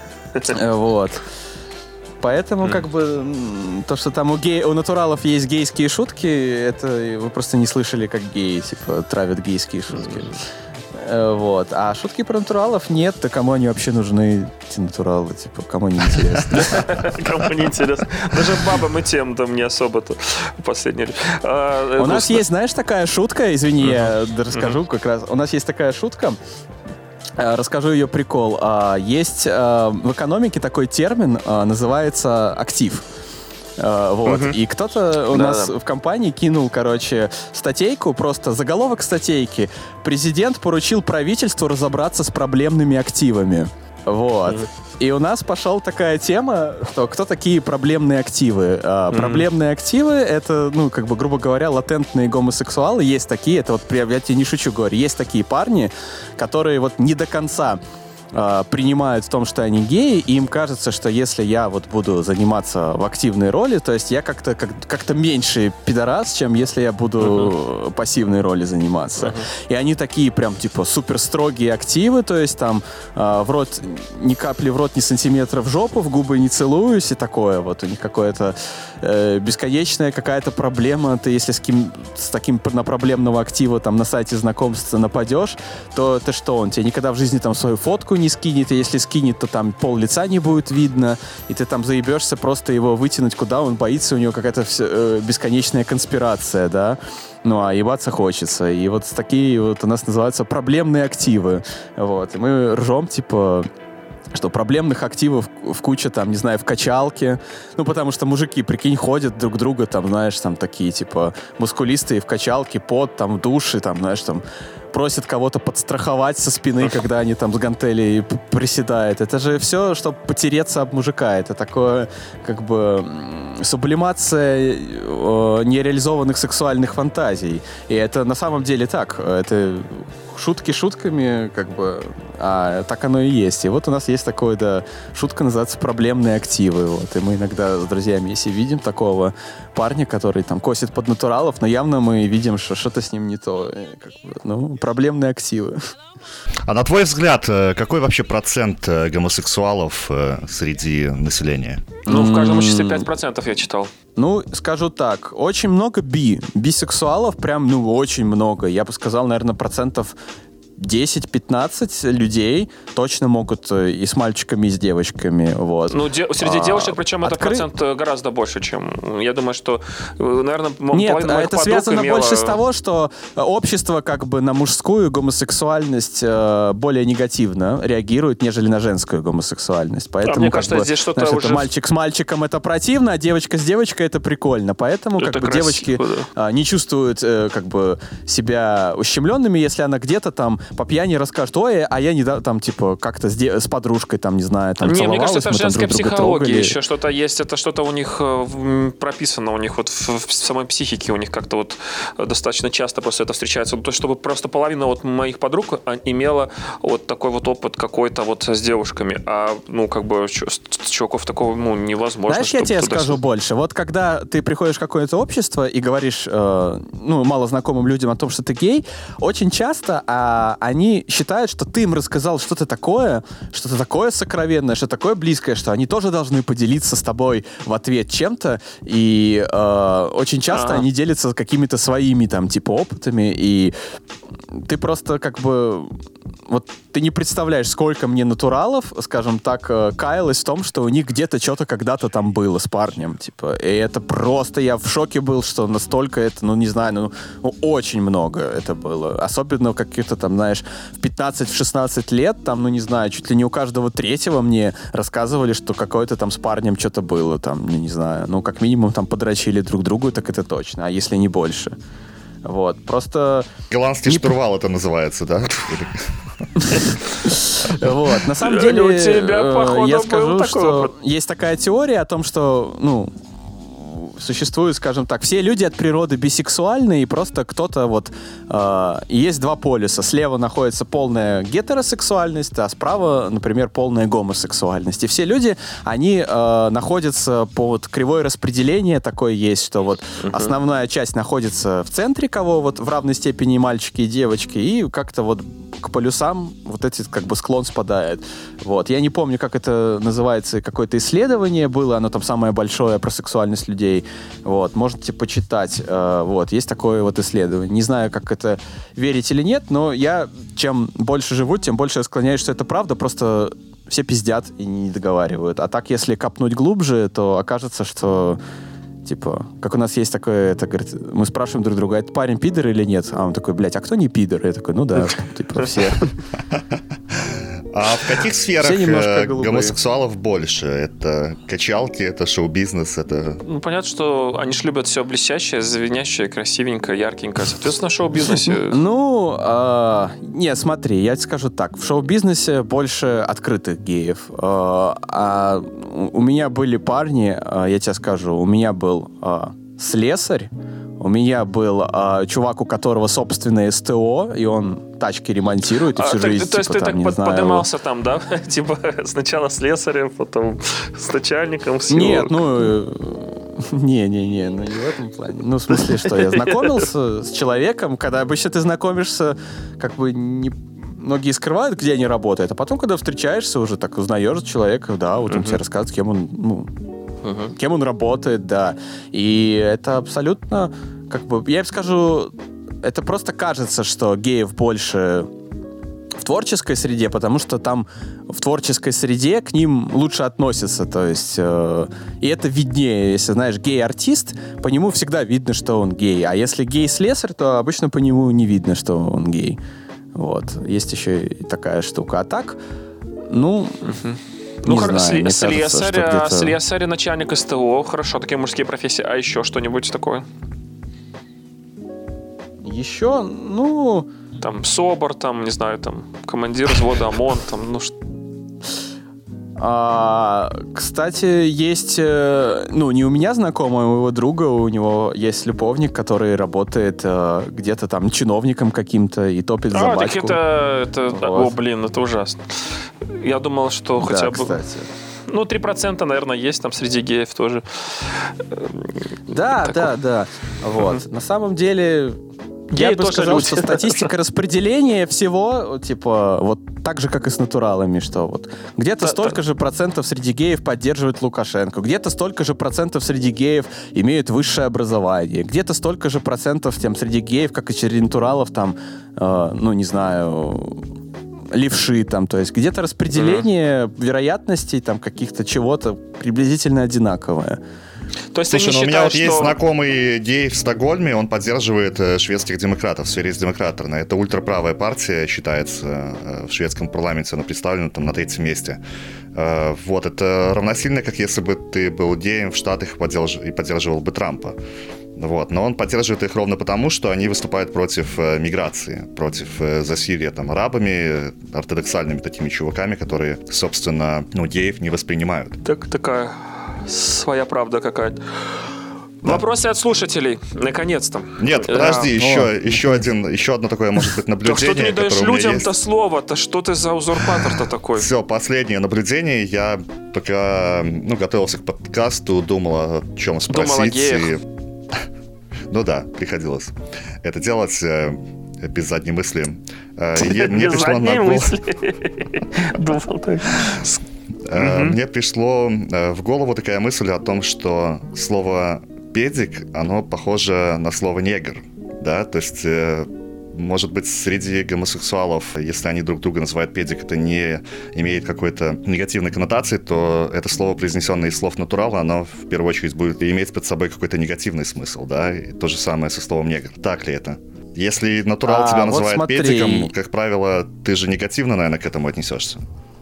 Вот. Поэтому, mm. как бы, то, что там у, гей, у натуралов есть гейские шутки, это вы просто не слышали, как геи, типа, травят гейские шутки. Mm. Вот. А шутки про натуралов нет, то кому они вообще нужны, эти натуралы, типа, кому не интересно. Кому не интересно. Даже бабам и тем там не особо-то в последнее время. У нас есть, знаешь, такая шутка, извини, я расскажу как раз. У нас есть такая шутка, расскажу ее прикол. Есть в экономике такой термин, называется актив. Вот. Uh-huh. И кто-то у да, нас да. в компании кинул, короче, статейку, просто заголовок статейки. Президент поручил правительству разобраться с проблемными активами. Вот. Uh-huh. И у нас пошла такая тема, что кто такие проблемные активы? А, mm-hmm. Проблемные активы — это, ну, как бы, грубо говоря, латентные гомосексуалы. Есть такие, это вот, я тебе не шучу, говорю, есть такие парни, которые вот не до конца а, принимают в том, что они геи, и им кажется, что если я вот буду заниматься в активной роли, то есть я как-то, как, как-то меньше пидорас, чем если я буду uh-huh. пассивной роли заниматься. Uh-huh. И они такие прям, типа, супер строгие активы, то есть там а, в рот ни капли в рот, ни сантиметра в жопу, в губы не целуюсь, и такое вот. У них какое-то э, бесконечная какая-то проблема. Ты если с, кем, с таким на проблемного актива там на сайте знакомств нападешь, то ты что, он тебе никогда в жизни там свою фотку не скинет, и если скинет, то там пол лица не будет видно, и ты там заебешься просто его вытянуть куда, он боится, у него какая-то все, э, бесконечная конспирация, да, ну, а ебаться хочется, и вот такие вот у нас называются проблемные активы, вот, и мы ржем, типа, что проблемных активов в куче, там, не знаю, в качалке, ну, потому что мужики, прикинь, ходят друг друга, там, знаешь, там, такие, типа, мускулистые в качалке, пот, там, в душе, там, знаешь, там, просит кого-то подстраховать со спины, когда они там с гантелей приседают. Это же все, чтобы потереться об мужика. Это такое, как бы, сублимация э, нереализованных сексуальных фантазий. И это на самом деле так. Это шутки шутками, как бы, а так оно и есть. И вот у нас есть такое, да, шутка называется «проблемные активы». Вот. И мы иногда с друзьями, если видим такого парня, который там косит под натуралов, но явно мы видим, что что-то с ним не то. И, как бы, ну, проблемные активы. А на твой взгляд, какой вообще процент гомосексуалов среди населения? Ну, в каждом обществе пять процентов я читал. Ну, скажу так, очень много би. Бисексуалов прям, ну, очень много. Я бы сказал, наверное, процентов десять-пятнадцать людей точно могут и с мальчиками, и с девочками. Вот. Ну, де- среди а, девушек, причем откры... это процент гораздо больше, чем... Я думаю, что, наверное, Нет, половина моих это подруг связано имела... больше с того, что общество как бы на мужскую гомосексуальность э, более негативно реагирует, нежели на женскую гомосексуальность. Поэтому, а мне как кажется, бы, здесь что-то знаешь, уже... это мальчик с мальчиком это противно, а девочка с девочкой это прикольно. Поэтому это как бы красиво, девочки да. э, не чувствуют э, как бы себя ущемленными, если она где-то там по пьяни расскажет: ой, а я не там, типа, как-то с, де- с подружкой, там, не знаю, там, не, мне кажется, это мы, там, женская друг друга психология трогали. еще что-то есть, это что-то у них э, прописано, у них вот в, в самой психике у них как-то вот достаточно часто просто это встречается. То, чтобы просто половина вот моих подруг имела вот такой вот опыт какой-то вот с девушками, а, ну, как бы, с чуваков такого, ну, невозможно. Знаешь, я тебе скажу больше. Вот когда ты приходишь в какое-то общество и говоришь, э, ну, малознакомым людям о том, что ты гей, очень часто э, они считают, что ты им рассказал что-то такое, что-то такое сокровенное, что такое близкое, что они тоже должны поделиться с тобой в ответ чем-то, и э, очень часто А-а-а. они делятся какими-то своими там типа опытами, и ты просто как бы вот ты не представляешь, сколько мне натуралов, скажем так, каялось в том, что у них где-то что-то когда-то там было с парнем, типа, и это просто, я в шоке был, что настолько это, ну, не знаю, ну, ну очень много это было, особенно каких-то там, знаешь, в пятнадцать-шестнадцать лет, там, ну, не знаю, чуть ли не у каждого третьего мне рассказывали, что какое-то там с парнем что-то было, там, ну, не знаю, ну, как минимум там подрочили друг другу, так это точно, а если не больше. Вот, просто... Голландский не... штурвал это называется, да? Вот, на самом деле, я скажу, что есть такая теория о том, что, ну, существует, скажем так, все люди от природы бисексуальны, и просто кто-то вот... Э, есть два полюса. Слева находится полная гетеросексуальность, а справа, например, полная гомосексуальность. И все люди, они э, находятся по вот кривое распределение такое есть, что вот uh-huh. основная часть находится в центре, кого вот в равной степени и мальчики, и девочки, и как-то вот к полюсам вот эти как бы склон спадает. Вот. Я не помню, как это называется, какое-то исследование было, оно там самое большое про сексуальность людей. Вот, можете почитать. Э, вот, есть такое вот исследование. Не знаю, как это верить или нет, но я чем больше живу, тем больше я склоняюсь, что это правда, просто все пиздят и не договаривают. А так, если копнуть глубже, то окажется, что типа, как у нас есть такое, это, говорит, мы спрашиваем друг друга, это парень пидор или нет? А он такой, блядь, а кто не пидор? Я такой, ну да, типа, все. А в каких сферах гомосексуалов больше? Это качалки, это шоу-бизнес, это... Ну, понятно, что они ж любят все блестящее, звенящее, красивенькое, яркенькое. Соответственно, в шоу-бизнесе... Ну, нет, смотри, я тебе скажу так. В шоу-бизнесе больше открытых геев. А у меня были парни, я тебе скажу, у меня был слесарь, у меня был а, чувак, у которого собственное СТО, и он тачки ремонтирует, и всю а, жизнь, так, то есть типа, ты там, так под, знаю, поднимался там, да? Типа сначала с слесарем, потом с начальником, с Нет, ну... Не-не-не, ну не в этом плане. Ну, в смысле, что я знакомился с человеком, когда обычно ты знакомишься, как бы не... Многие скрывают, где они работают, а потом, когда встречаешься, уже так узнаешь человека, да, вот он uh-huh. тебе рассказывает, кем он, ну... Uh-huh. Кем он работает, да. И это абсолютно, как бы, я скажу, это просто кажется, что геев больше в творческой среде, потому что там в творческой среде к ним лучше относятся, то есть, э, и это виднее. Если, знаешь, гей-артист, по нему всегда видно, что он гей, а если гей-слесарь, то обычно по нему не видно, что он гей. Вот. Есть еще и такая штука. А так, ну... Uh-huh. Ну, не хор- знаю, сли- мне кажется, слесарь, слесарь, начальник СТО, хорошо, такие мужские профессии. А еще что-нибудь такое? Еще, ну... там, СОБР, там, не знаю, там, командир взвода ОМОН, там, ну, что... А, кстати, есть, ну, не у меня знакомый, у его друга, у него есть любовник, который работает э, где-то там чиновником каким-то и топит а, за так батьку. это, это... Вот. О, блин, это ужасно. Я думал, что да, хотя бы... кстати. Ну, три процента, наверное, есть там среди геев тоже. Да, Такой. да, да. Вот. На самом деле... Геи Я бы тоже сказал, люди. что статистика распределения всего, типа, вот так же, как и с натуралами, что вот где-то Да, столько да. же процентов среди геев поддерживают Лукашенко, где-то столько же процентов среди геев имеют высшее образование, где-то столько же процентов тем среди геев, как и среди натуралов, там, э, ну, не знаю, левши, там, то есть где-то распределение mm-hmm. вероятностей, там, каких-то чего-то приблизительно одинаковое. То есть Слушай, они ну у меня считают, вот есть что... знакомый гей в Стокгольме, он поддерживает э, шведских демократов, социалист-демократарная. Это ультраправая партия, считается, э, в шведском парламенте, она представлена там на третьем месте. Э, вот, это равносильно, как если бы ты был геем в Штатах и, поддерж... и поддерживал бы Трампа. Вот. Но он поддерживает их ровно потому, что они выступают против э, миграции, против э, засилья там, арабами, ортодоксальными такими чуваками, которые, собственно, ну, геев не воспринимают. Так, такая своя правда какая-то. Да. Вопросы от слушателей, наконец-то. Нет, подожди, А, еще, о. еще, один, еще одно такое, может быть, Так наблюдение, что ты не даешь которое у меня людям-то есть. слово-то? Что ты за узурпатор-то такой? Все, последнее наблюдение. Я пока ну, готовился к подкасту, думал, о чем спросить. Думал о геях. И... Ну да, приходилось это делать э, без задней мысли. Э, и мне Без пришло на задней голову- мысли. Думал так. Э, Мгм. Мне пришло э, в голову такая мысль о том, что слово «педик», оно похоже на слово «негр». Да? То есть, э, может быть, среди гомосексуалов, если они друг друга называют «педик», это не имеет какой-то негативной коннотации, то это слово, произнесенное из слов «натурала», оно в первую очередь будет иметь под собой какой-то негативный смысл. Да? И то же самое со словом «негр». Так ли это? Если натурал А, тебя вот называет смотри. «педиком», как правило, ты же негативно, наверное, к этому отнесешься.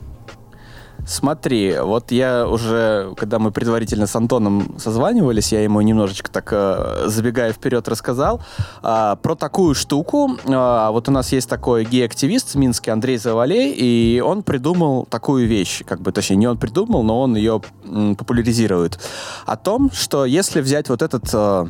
Смотри, вот я уже, когда мы предварительно с Антоном созванивались, я ему немножечко так, э, забегая вперед, рассказал э, про такую штуку. Э, вот у нас есть такой гей-активист в Минске, Андрей Завалей, и он придумал такую вещь, как бы, точнее, не он придумал, но он ее м, популяризирует. О том, что если взять вот этот... Э,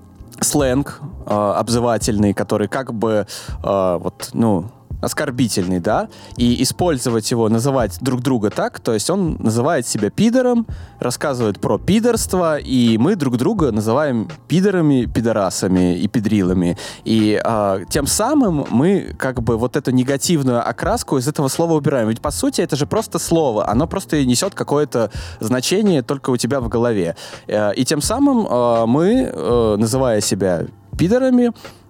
сленг э, обзывательный, который как бы э, вот, ну, оскорбительный, да, и использовать его, называть друг друга так, то есть он называет себя пидором, рассказывает про пидорство, и мы друг друга называем пидорами, пидорасами и педрилами. И э, тем самым мы как бы вот эту негативную окраску из этого слова убираем. Ведь по сути это же просто слово, оно просто несет какое-то значение только у тебя в голове. Э, и тем самым э, мы, э, называя себя пидорами,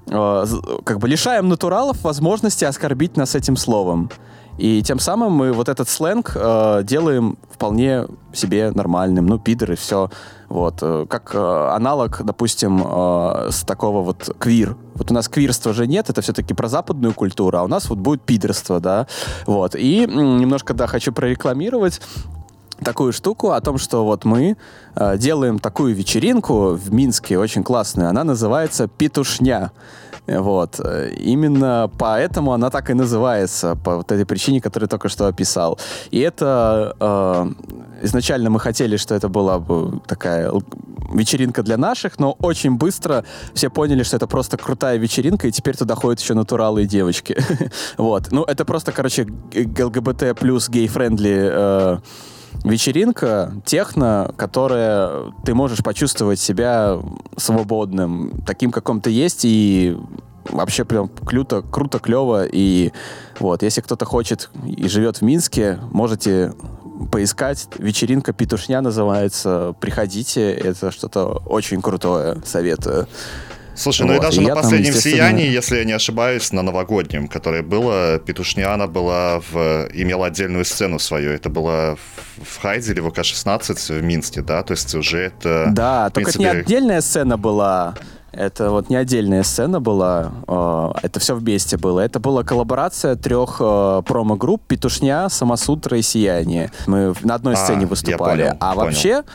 как бы лишаем натуралов возможности оскорбить нас этим словом. И тем самым мы вот этот сленг э, делаем вполне себе нормальным. Ну, пидоры, все. Вот. Как э, аналог, допустим, э, с такого вот квир. Вот у нас квирства же нет, это все-таки про западную культуру, а у нас вот будет пидорство, да. Вот. И м, немножко, да, хочу прорекламировать такую штуку о том, что вот мы э, делаем такую вечеринку в Минске, очень классную. Она называется «Петушня». Вот. Именно поэтому она так и называется, по вот этой причине, которую я только что описал. И это... Э, изначально мы хотели, что это была бы такая вечеринка для наших, но очень быстро все поняли, что это просто крутая вечеринка, и теперь туда ходят еще натуралы и девочки. Вот. Ну, это просто, короче, ЛГБТ плюс гей-френдли вечеринка, техно, которая ты можешь почувствовать себя свободным, таким, каком ты есть, и вообще прям круто, круто, клево. И вот, если кто-то хочет и живет в Минске, можете поискать. Вечеринка «Петушня» называется. Приходите, это что-то очень крутое, советую. Слушай, ну Вот, и даже и на я там, последнем естественно- «Сиянии», если я не ошибаюсь, на новогоднем, которое было, «Петушня», она была в, имела отдельную сцену свою. Это было в, в Хайделе, в ВК шестнадцать в Минске, да? То есть уже это... Да, в только это принципе, не отдельная сцена была. Это вот не отдельная сцена была. э, Это все вместе было. Это была коллаборация трех э, промо-групп: «Петушня», «Самосутра» и «Сияние». Мы на одной А, сцене я выступали. понял, а понял. вообще...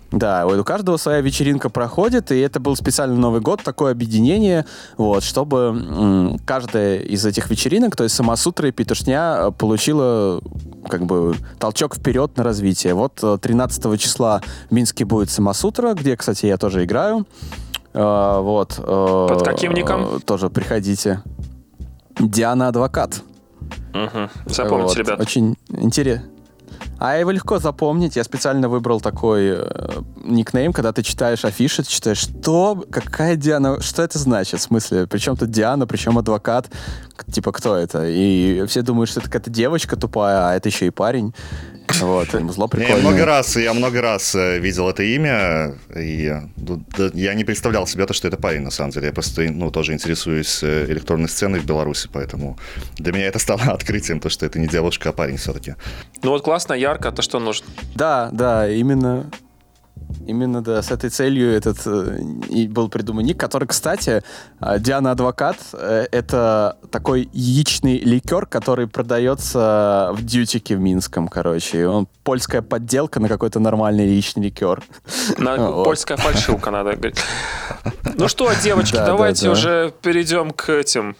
Да, вот у каждого своя вечеринка проходит, и это был специально Новый год, такое объединение, вот, чтобы м, каждая из этих вечеринок, то есть Самосутра и Петушня, получила как бы толчок вперед на развитие. Вот тринадцатого числа в Минске будет Самосутра, где, кстати, я тоже играю. Э, вот. Э, Под каким ником? Тоже приходите. Диана Адвокат. Угу. Запомните, вот. ребят. Очень интересно. А его легко запомнить. Я специально выбрал такой э, никнейм, когда ты читаешь афиши, ты читаешь, что, какая Диана, что это значит? В смысле, причем тут Диана, причем адвокат? Типа, кто это? И все думают, что это какая-то девочка тупая, а это еще и парень. Вот, зло прикольное. Я много раз, я много раз видел это имя, и я не представлял себе, то, что это парень, на самом деле. Я просто, ну, тоже интересуюсь электронной сценой в Беларуси, поэтому для меня это стало открытием, то, что это не девушка, а парень все-таки. Ну вот классно, ярко, то что нужно. Да, да, именно... Именно, да, с этой целью этот э, и был придуман ник, который, кстати, э, Диана Адвокат, э, это такой яичный ликер, который продается в дьютике в Минском, короче. Он польская подделка на какой-то нормальный яичный ликер. На, польская фальшивка, надо говорить. Ну что, девочки, да, давайте да, да. уже перейдем к этим.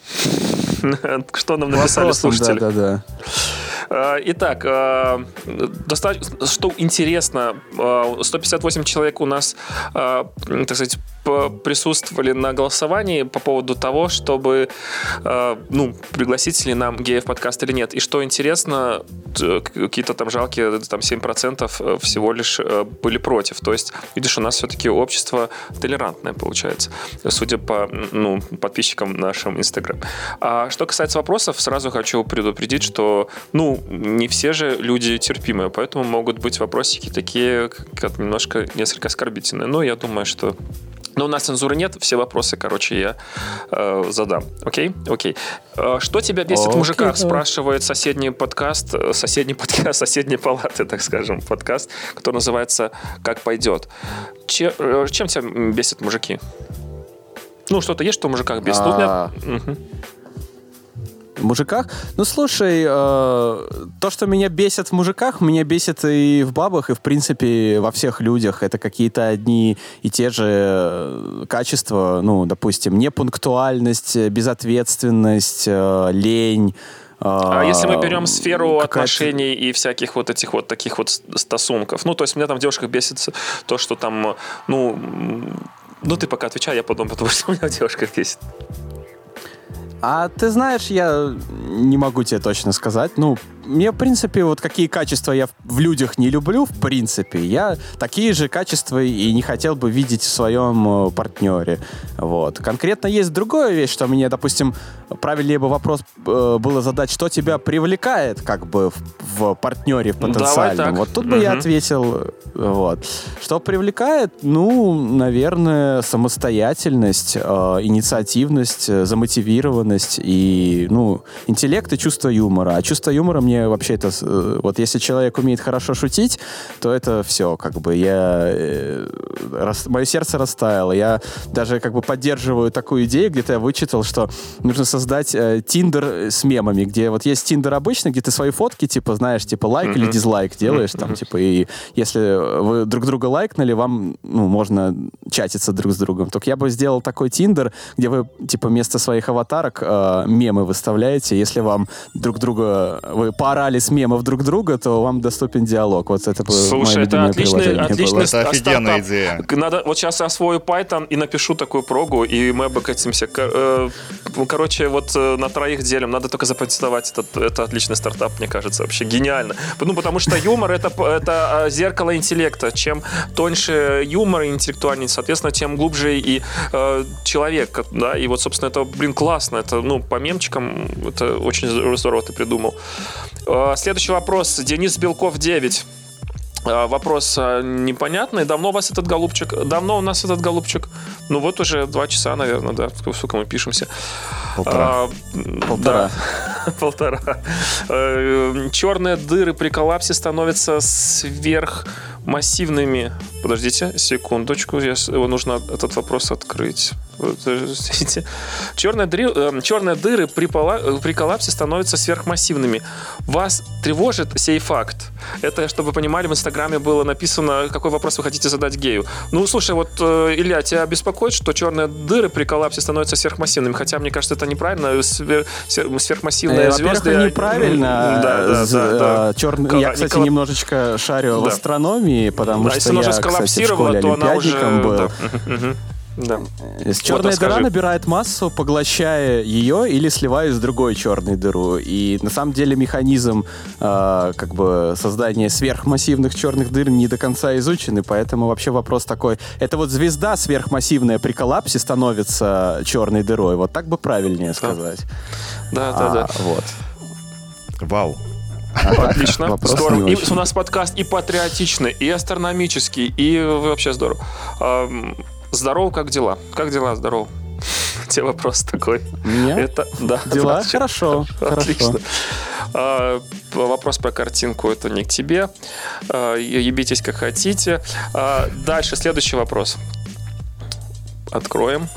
Что нам написали Вопросом, слушатели. Да, да, да. Итак, достаточно, что интересно, сто пятьдесят восемь человек у нас, так сказать, присутствовали на голосовании по поводу того, чтобы, ну, пригласить ли нам геев в подкаст или нет. И что интересно, какие-то там жалкие там, семь процентов всего лишь были против. То есть, видишь, у нас все-таки общество толерантное получается, судя по, ну, подписчикам нашим Инстаграм. А что касается вопросов, сразу хочу предупредить, что, ну, не все же люди терпимые, поэтому могут быть вопросики такие, как немножко, несколько оскорбительные. Но я думаю, что... Но у нас цензуры нет, все вопросы, короче, я э, задам. Окей? Окей. Э, что тебя бесит в мужиках, спрашивает соседний подкаст, соседний подкаст, соседней палаты, так скажем, подкаст, который называется «Как пойдет». Че, э, чем тебя бесят мужики? Ну, что-то есть, что в мужиках бесит? Тут нет? Угу. В мужиках? Ну, слушай, э, то, что меня бесит в мужиках, меня бесит и в бабах, и, в принципе, во всех людях. Это какие-то одни и те же качества, ну, допустим, непунктуальность, безответственность, э, лень. Э, а если мы берем сферу отношений и всяких вот этих вот таких вот стосунков, ну, то есть меня там в девушках бесит то, что там, ну, ну, ты пока отвечай, я потом, потому что меня в девушках бесит. А ты знаешь, я не могу тебе точно сказать. Ну, мне, в принципе, вот какие качества я в людях не люблю, в принципе, я такие же качества и не хотел бы видеть в своем партнере. Вот. Конкретно есть другая вещь, что мне, допустим, правильнее бы вопрос э, было задать, что тебя привлекает как бы в, в партнере потенциальном. Вот тут бы угу. я ответил, вот. Что привлекает? Ну, наверное, самостоятельность, э, инициативность, замотивированность и, ну, интеллект и чувство юмора. А чувство юмора мне вообще это... Вот если человек умеет хорошо шутить, то это все, как бы я... Э, рас, мое сердце растаяло. Я даже как бы поддерживаю такую идею, где-то я вычитал, что нужно создать Тиндер э, с мемами, где вот есть Тиндер обычный, где ты свои фотки, типа, знаешь, типа лайк mm-hmm. или дизлайк делаешь, mm-hmm. там, типа, и если вы друг друга лайкнули, вам, ну, можно чатиться друг с другом. Только я бы сделал такой Тиндер, где вы, типа, вместо своих аватарок э, мемы выставляете. Если вам друг друга... Вы поорали с мемов друг друга, то вам доступен диалог. Вот это бы Слушай, мое это отличный, отличный это офигенная идея. Надо, вот сейчас освою Python и напишу такую прогу, и мы обогатимся. Короче, вот на троих делим. Надо только запатентовать этот, это отличный стартап, мне кажется. Вообще гениально. Ну, потому что юмор это, это зеркало интеллекта. Чем тоньше юмор интеллектуальный, соответственно, тем глубже и э, человек. Да? И вот, собственно, это, блин, классно. Это, ну, по мемчикам это очень здорово ты придумал. Э, следующий вопрос. Денис Белков девять. Вопрос непонятный. Давно у вас этот голубчик? Давно у нас этот голубчик? Ну вот уже два часа, наверное, да. Сколько мы пишемся? Полтора. А, Полтора. Да. Полтора. Черные дыры при коллапсе становятся сверхмассивными. Подождите секундочку. Его нужно этот вопрос открыть. Черные дыры, черные дыры при, пола, при коллапсе становятся сверхмассивными. Вас тревожит сей факт? Это, чтобы вы понимали, в Инстаграме было написано, какой вопрос вы хотите задать гею. Ну, слушай, вот, Илья, тебя беспокоит, что черные дыры при коллапсе становятся сверхмассивными? Хотя, мне кажется, это неправильно. Свер... Сверхмассивные э, звезды... Во-первых, неправильно. Да, да, да, да. Черный... Кол... Я, кстати, Никол... немножечко шарю да. в астрономии, потому да, что я, кстати, в школе олимпиадником был. Да. Да. Черная вот, дыра набирает массу, поглощая ее или сливаясь с другой черной дырой. И на самом деле механизм э, как бы создания сверхмассивных черных дыр не до конца изучен, и поэтому вообще вопрос такой: это вот звезда сверхмассивная при коллапсе становится черной дырой? Вот так бы правильнее сказать. Да, да, да. А, вот. Вау. Отлично, здорово. И у нас подкаст и патриотичный, и астрономический, и вообще здорово. Здорово, как дела? Как дела, здорово? Тебе вопрос такой. Меня? Это, да. Дела? Хорошо. Отлично. Хорошо. А, вопрос про картинку, это не к тебе. А, ебитесь как хотите. А, дальше, следующий вопрос. Откроем.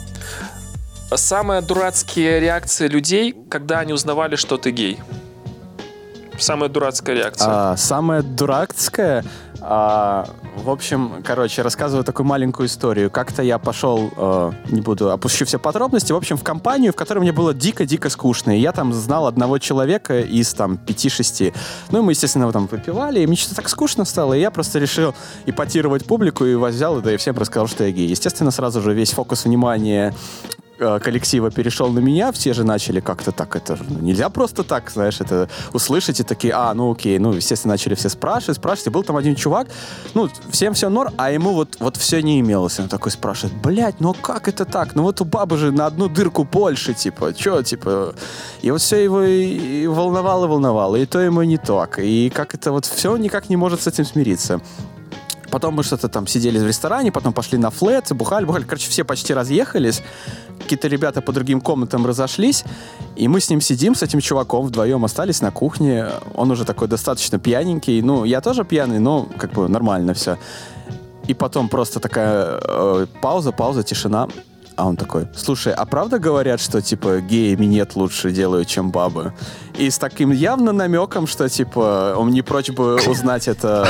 Самые дурацкие реакции людей, когда они узнавали, что ты гей. Самая дурацкая реакция. А, самая дурацкая... А, в общем, короче, рассказываю такую маленькую историю. Как-то я пошел, э, не буду, опущу все подробности, в общем, в компанию, в которой мне было дико-дико скучно. И я там знал одного человека из там пяти-шести. Ну, и мы, естественно, там выпивали, и мне что-то так скучно стало, и я просто решил ипотировать публику, и взял, да и всем рассказал, что я гей. Естественно, сразу же весь фокус внимания коллектива перешел на меня, все же начали как-то так, это ну, нельзя просто так, знаешь, это услышать и такие, а, ну окей, ну, естественно, начали все спрашивать, спрашивать, и был там один чувак, ну, всем все норм, а ему вот, вот все не имелось, он такой спрашивает, блядь, ну как это так, ну вот у бабы же на одну дырку больше, типа, чё, типа, и вот все его и, и волновало, волновало, и то ему и не так, и как это вот, все он никак не может с этим смириться. Потом мы что-то там сидели в ресторане, потом пошли на флэт, бухали, бухали. Короче, все почти разъехались. Какие-то ребята по другим комнатам разошлись. И мы с ним сидим, с этим чуваком, вдвоем остались на кухне. Он уже такой достаточно пьяненький. Ну, я тоже пьяный, но как бы нормально все. И потом просто такая э, пауза, пауза, тишина. А он такой, слушай, а правда говорят, что, типа, геи минет лучше делают, чем бабы? И с таким явно намеком, что, типа, он не прочь бы узнать это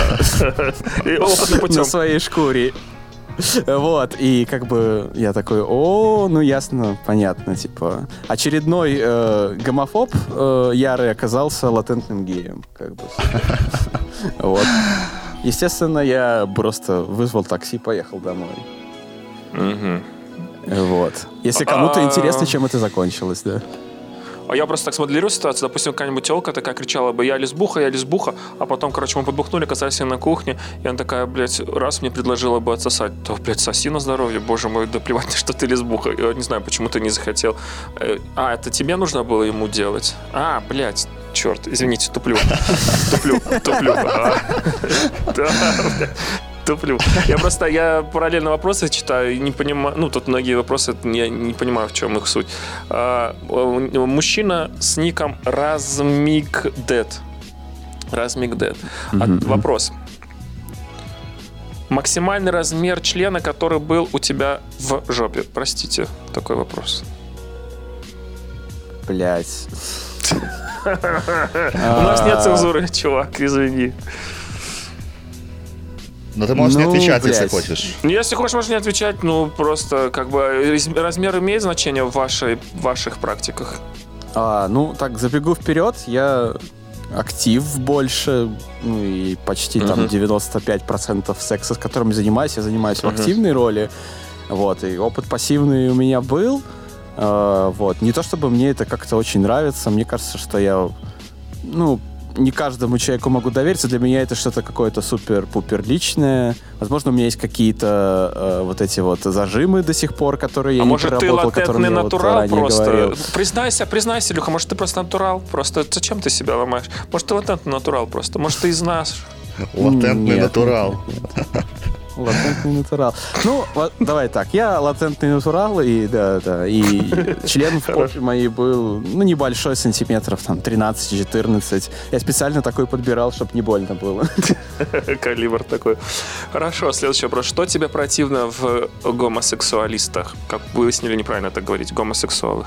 на своей шкуре. Вот, и как бы я такой, о, ну ясно, понятно, типа. Очередной э, гомофоб э, ярый оказался латентным геем, как бы. Вот. Естественно, я просто вызвал такси, поехал домой. Вот. Если кому-то а... интересно, чем это закончилось, да. А я просто так смоделирую ситуацию. Допустим, какая-нибудь телка такая кричала бы, я лесбуха, я лесбуха, а потом, короче, мы подбухнули, оказались на кухне, и она такая, блядь, раз мне предложила бы отсосать, то, блядь, соси на здоровье, боже мой, да плевать, что ты лесбуха. Я не знаю, почему ты не захотел. А, это тебе нужно было ему делать? А, блядь, черт, извините, туплю. Туплю, туплю. Туплю. Я просто, я параллельно вопросы читаю и не понимаю, ну, тут многие вопросы, я не понимаю, в чем их суть. А, мужчина с ником Размигдет. Размигдет. Mm-hmm. Вопрос. Максимальный размер члена, который был у тебя в жопе? Простите, такой вопрос. Блять. У нас нет цензуры, чувак, извини. Но ты можешь ну, не отвечать, блядь. Если хочешь. Если хочешь, можешь не отвечать. Ну, просто, как бы, размер имеет значение в, вашей, в ваших практиках? А, ну, так, забегу вперед. Я актив больше, ну, и почти uh-huh. там девяносто пять процентов секса, с которым я занимаюсь, я занимаюсь uh-huh. в активной роли. Вот, и опыт пассивный у меня был. А, вот. Не то, чтобы мне это как-то очень нравится. Мне кажется, что я, ну, не каждому человеку могу довериться. Для меня это что-то какое-то супер-пупер личное. Возможно, у меня есть какие-то э, вот эти вот зажимы до сих пор, которые я а не проработал, которыми я вот ранее просто говорил. Признайся, признайся, Илюха, может, ты просто натурал? Просто зачем ты себя ломаешь? Может, ты латентный натурал просто? Может, ты из нас? Латентный натурал. Латентный натурал. Ну, вот, давай так. Я латентный натурал, и да, да, и член в попе моей был, ну, небольшой, сантиметров, там, тринадцать-четырнадцать. Я специально такой подбирал, чтобы не больно было. Калибр такой. Хорошо, следующий вопрос. Что тебе противно в гомосексуалистах? Как выяснили, неправильно так говорить, гомосексуалах?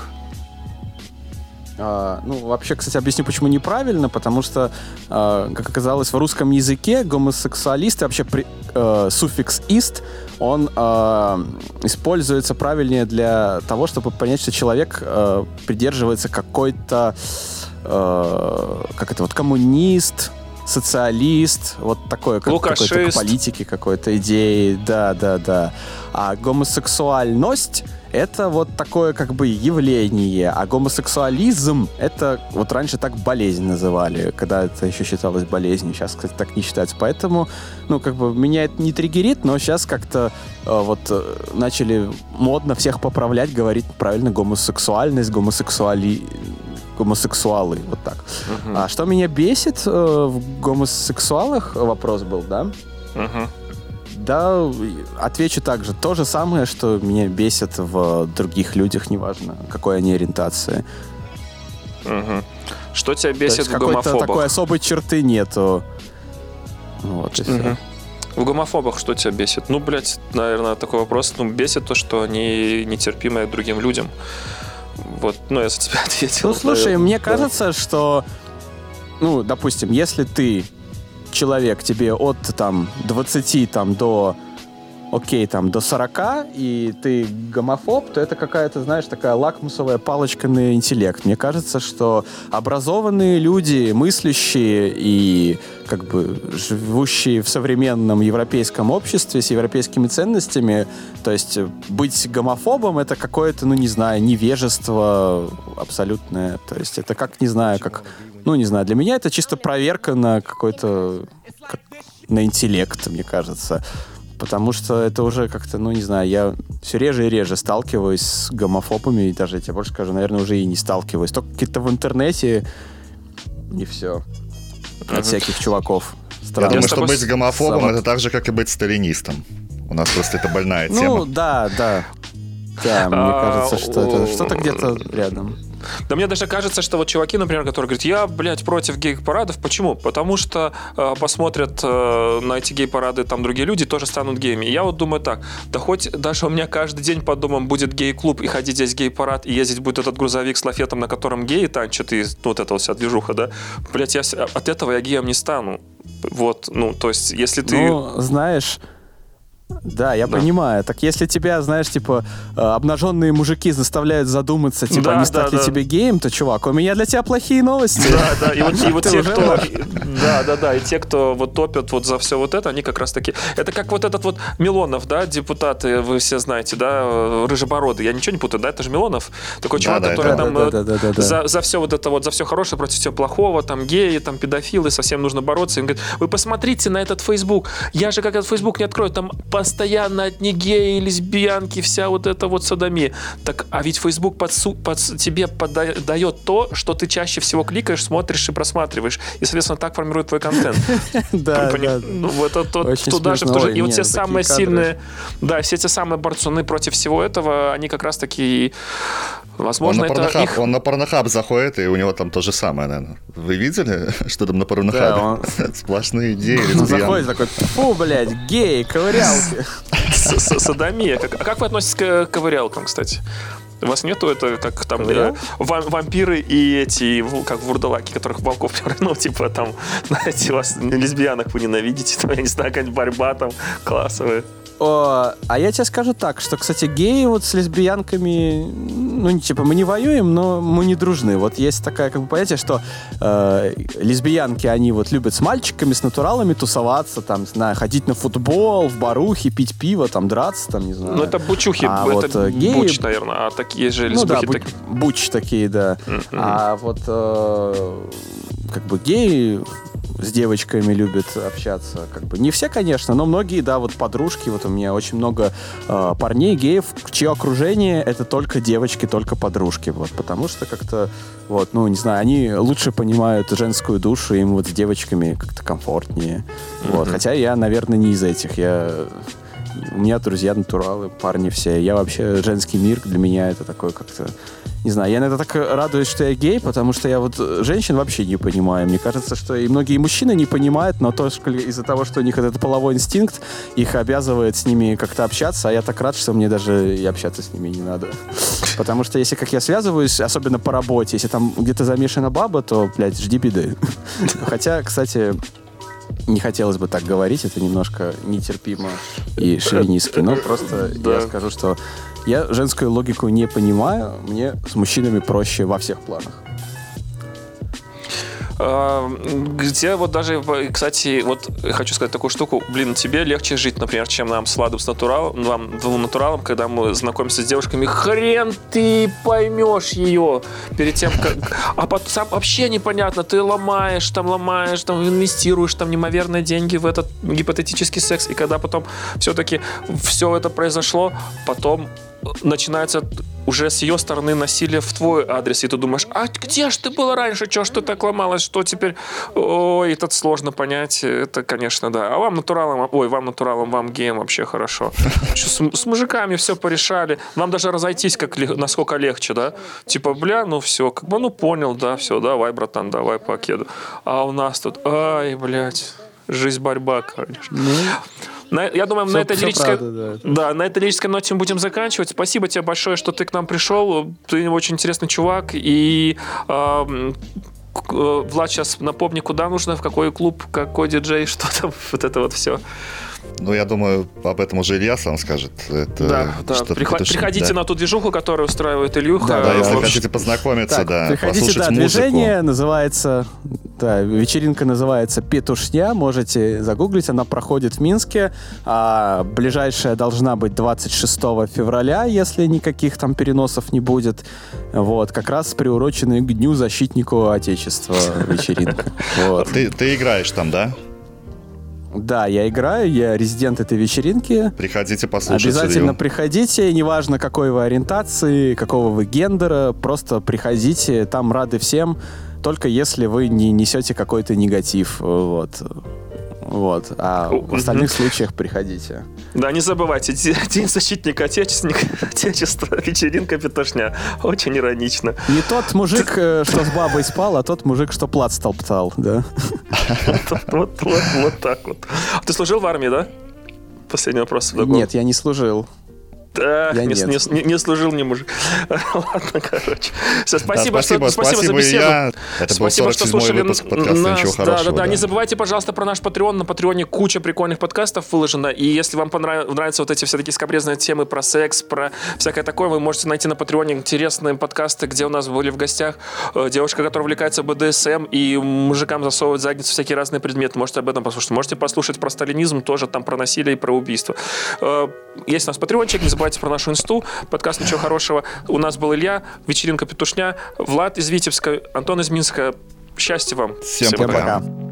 А, ну, вообще, кстати, объясню, почему неправильно, потому что, а, как оказалось, в русском языке гомосексуалисты, вообще при, а, суффикс «ист», он а, используется правильнее для того, чтобы понять, что человек а, придерживается какой-то, а, как это, вот, коммунист, социалист, вот такой, как, какой-то политики, какой-то идеи, да-да-да. А гомосексуальность — это вот такое как бы явление, а гомосексуализм — это вот раньше так болезнь называли, когда это еще считалось болезнью, сейчас, кстати, так не считается. Поэтому, ну, как бы меня это не триггерит, но сейчас как-то э, вот э, начали модно всех поправлять, говорить правильно гомосексуальность, гомосексуали... гомосексуалы, вот так. Uh-huh. А что меня бесит э, в гомосексуалах, вопрос был, да? Uh-huh. Да, отвечу так же. То же самое, что меня бесит в других людях, неважно, какой они ориентации. Угу. Что тебя бесит в гомофобах? Какой-то такой особой черты нету. Вот, и угу. все. В гомофобах что тебя бесит? Ну, блядь, наверное, такой вопрос. Ну, бесит то, что они нетерпимы к другим людям. Вот, ну, я за тебя ответил. Ну, слушай, наверное. мне кажется, что, ну, допустим, если ты человек, тебе от там двадцати там до окей, там до сорока, и ты гомофоб, то это какая-то, знаешь, такая лакмусовая палочка на интеллект. Мне кажется, что образованные люди, мыслящие и как бы живущие в современном европейском обществе с европейскими ценностями, то есть быть гомофобом — это какое-то, ну, не знаю, невежество абсолютное. То есть это как, не знаю, как... Ну, не знаю, для меня это чисто проверка на какой-то... Как, на интеллект, мне кажется. Потому что это уже как-то, ну, не знаю, я все реже и реже сталкиваюсь с гомофобами, и даже, я тебе больше скажу, наверное, уже и не сталкиваюсь. Только какие-то в интернете, и все. От uh-huh. всяких чуваков. Я думаю, что быть гомофобом — это так же, как и быть сталинистом. У нас просто это больная тема. Ну, да, да. Да, мне кажется, что это что-то где-то рядом. Да мне даже кажется, что вот чуваки, например, которые говорят, я, блядь, против гей-парадов. Почему? Потому что э, посмотрят э, на эти гей-парады там другие люди, тоже станут геями. И я вот думаю так, да хоть даже у меня каждый день под домом будет гей-клуб, и ходить здесь гей-парад, и ездить будет этот грузовик с лафетом, на котором геи танчат, и ну, вот эта вот вся движуха, да? Блядь, я, от этого я геем не стану. Вот, ну, то есть, если ты... Ну, знаешь... Да, я да. понимаю. Так если тебя, знаешь, типа, обнаженные мужики заставляют задуматься, типа, да, не стать да, ли да. тебе геем, то, чувак, у меня для тебя плохие новости. Да, да, и вот, и вот те, кто... Да, да, да, и те, кто вот топят вот за все вот это, они как раз таки... Это как вот этот вот Милонов, да, депутаты, вы все знаете, да, рыжебородый, я ничего не путаю, да, это же Милонов? Такой чувак, да, который да, там да, да, да, да, да. За, за все вот это вот, за все хорошее против всего плохого, там, геи, там, педофилы, совсем нужно бороться. И он говорит, вы посмотрите на этот Фейсбук, я же как этот Фейсбук не открою, там постоянно одни геи, лесбиянки, вся вот эта вот содомия. Так, а ведь Facebook под, под, тебе подает то, что ты чаще всего кликаешь, смотришь и просматриваешь. И, соответственно, так формирует твой контент. Да, да. Ну, это туда же тоже. И вот все самые сильные, да, все те самые борцуны против всего этого, они как раз таки, возможно, это их... Он на Порнохаб заходит, и у него там то же самое, наверное. Вы видели, что там на Порнохабе? Сплошные идеи. Он заходит такой, фу, блядь, геи, ковырялки. Содомия. А как вы относитесь к ковырялкам, кстати? У вас нету это, как там э, вампиры и эти, как вурдалаки, которых в волков превратили, ну, типа там, знаете, вас лесбиянок вы ненавидите, там, я не знаю, какая-нибудь борьба там классовая. О, а я тебе скажу так, что, кстати, геи вот с лесбиянками, ну, типа, мы не воюем, но мы не дружны. Вот есть такое, как бы, понятие, что э, лесбиянки, они вот любят с мальчиками, с натуралами тусоваться, там, знаю, ходить на футбол, в барухи, пить пиво, там, драться, там, не знаю. Ну, это бучухи, а это вот, геи... буч, наверное, а такие же лесбухи. Ну, да, так... буч такие, да. Mm-hmm. А вот, э, как бы, геи... с девочками любят общаться. Как бы не все, конечно, но многие, да, вот подружки. Вот у меня очень много э, парней, геев, чье окружение это только девочки, только подружки. Вот, потому что как-то, вот, ну, не знаю, они лучше понимают женскую душу, им вот с девочками как-то комфортнее. Mm-hmm. Вот, хотя я, наверное, не из этих. Я... У меня друзья натуралы, парни все. Я вообще, женский мир для меня это такой как-то... Не знаю, я иногда так радуюсь, что я гей, потому что я вот женщин вообще не понимаю. Мне кажется, что и многие мужчины не понимают, но только из-за того, что у них этот половой инстинкт, их обязывает с ними как-то общаться, а я так рад, что мне даже и общаться с ними не надо. Потому что если как я связываюсь, особенно по работе, если там где-то замешана баба, то, блядь, жди беды. Хотя, кстати... Не хотелось бы так говорить, это немножко нетерпимо и шовинистски, но просто да. Я скажу, что я женскую логику не понимаю, мне с мужчинами проще во всех планах. Где вот даже, кстати, вот хочу сказать такую штуку, блин, тебе легче жить, например, чем нам с Владом, с натуралом, вам, двум натуралам, когда мы знакомимся с девушками, хрен ты поймешь ее перед тем, как... А потом сам вообще непонятно, ты ломаешь, там ломаешь, там инвестируешь там неимоверные деньги в этот гипотетический секс, и когда потом все-таки все это произошло, потом начинается уже с ее стороны насилие в твой адрес, и ты думаешь, а где ж ты была раньше, что ж ты так ломалась, что теперь? Ой, это сложно понять, это, конечно, да. А вам натуралам, ой, вам натуралам, вам геям вообще хорошо. С, с мужиками все порешали, вам даже разойтись как, насколько легче, да? Типа, бля, ну все, как бы, ну понял, да, все, давай, братан, давай по кеду. А у нас тут, ай, блядь, жизнь борьба, конечно. На, я думаю, все, на, этой лирической, правда, да. Да, на этой лирической ноте мы будем заканчивать. Спасибо тебе большое, что ты к нам пришел. Ты очень интересный чувак. И э, Влад, сейчас напомни, куда нужно, в какой клуб, какой диджей, что там, вот это вот все. Ну, я думаю, об этом уже Илья сам скажет. Это да, да. Приход, приходите да. на ту движуху, которую устраивает Илюха. Да, да, если хотите познакомиться, так, да, приходите, послушать да, музыку. Движение называется, да, вечеринка называется «Петушня», можете загуглить, она проходит в Минске, а ближайшая должна быть двадцать шестого февраля, если никаких там переносов не будет, вот, как раз приуроченный к Дню защитнику Отечества вечеринка. Ты, ты играешь там, да? Да, я играю, я резидент этой вечеринки. Приходите послушать. Обязательно Илью. приходите, неважно какой вы ориентации, какого вы гендера, просто приходите, там рады всем, только если вы не несете какой-то негатив, вот. Вот. А в остальных случаях приходите. Да, не забывайте, День защитника Отечественника, Отечества, вечеринка петушня. Очень иронично. Не тот мужик, что с бабой спал, а тот мужик, что плац топтал, да? Вот так вот. Ты служил в армии, да? Последний вопрос. Нет, я не служил. Да, не, не, не служил ни мужик. Ладно, короче. Все, спасибо, да, спасибо, что, спасибо, спасибо за беседу. Я. Это спасибо, был сорок седьмой выпуск подкаста нас. «Ничего хорошего». Да, да, да. Не забывайте, пожалуйста, про наш Patreon. На Патреоне куча прикольных подкастов выложено. И если вам понрав... нравятся вот эти все такие скабрезные темы про секс, про всякое такое, вы можете найти на Патреоне интересные подкасты, где у нас были в гостях девушка, которая увлекается бэ дэ эс эм, и мужикам засовывает в задницу всякие разные предметы. Можете об этом послушать. Можете послушать про сталинизм, тоже там про насилие и про убийство. Есть у нас Патреончик, не забывайте про нашу инсту, подкаст «Ничего хорошего». У нас был Илья, вечеринка петушня, Влад из Витебска, Антон из Минска. Счастья вам. Всем, Всем пока. пока.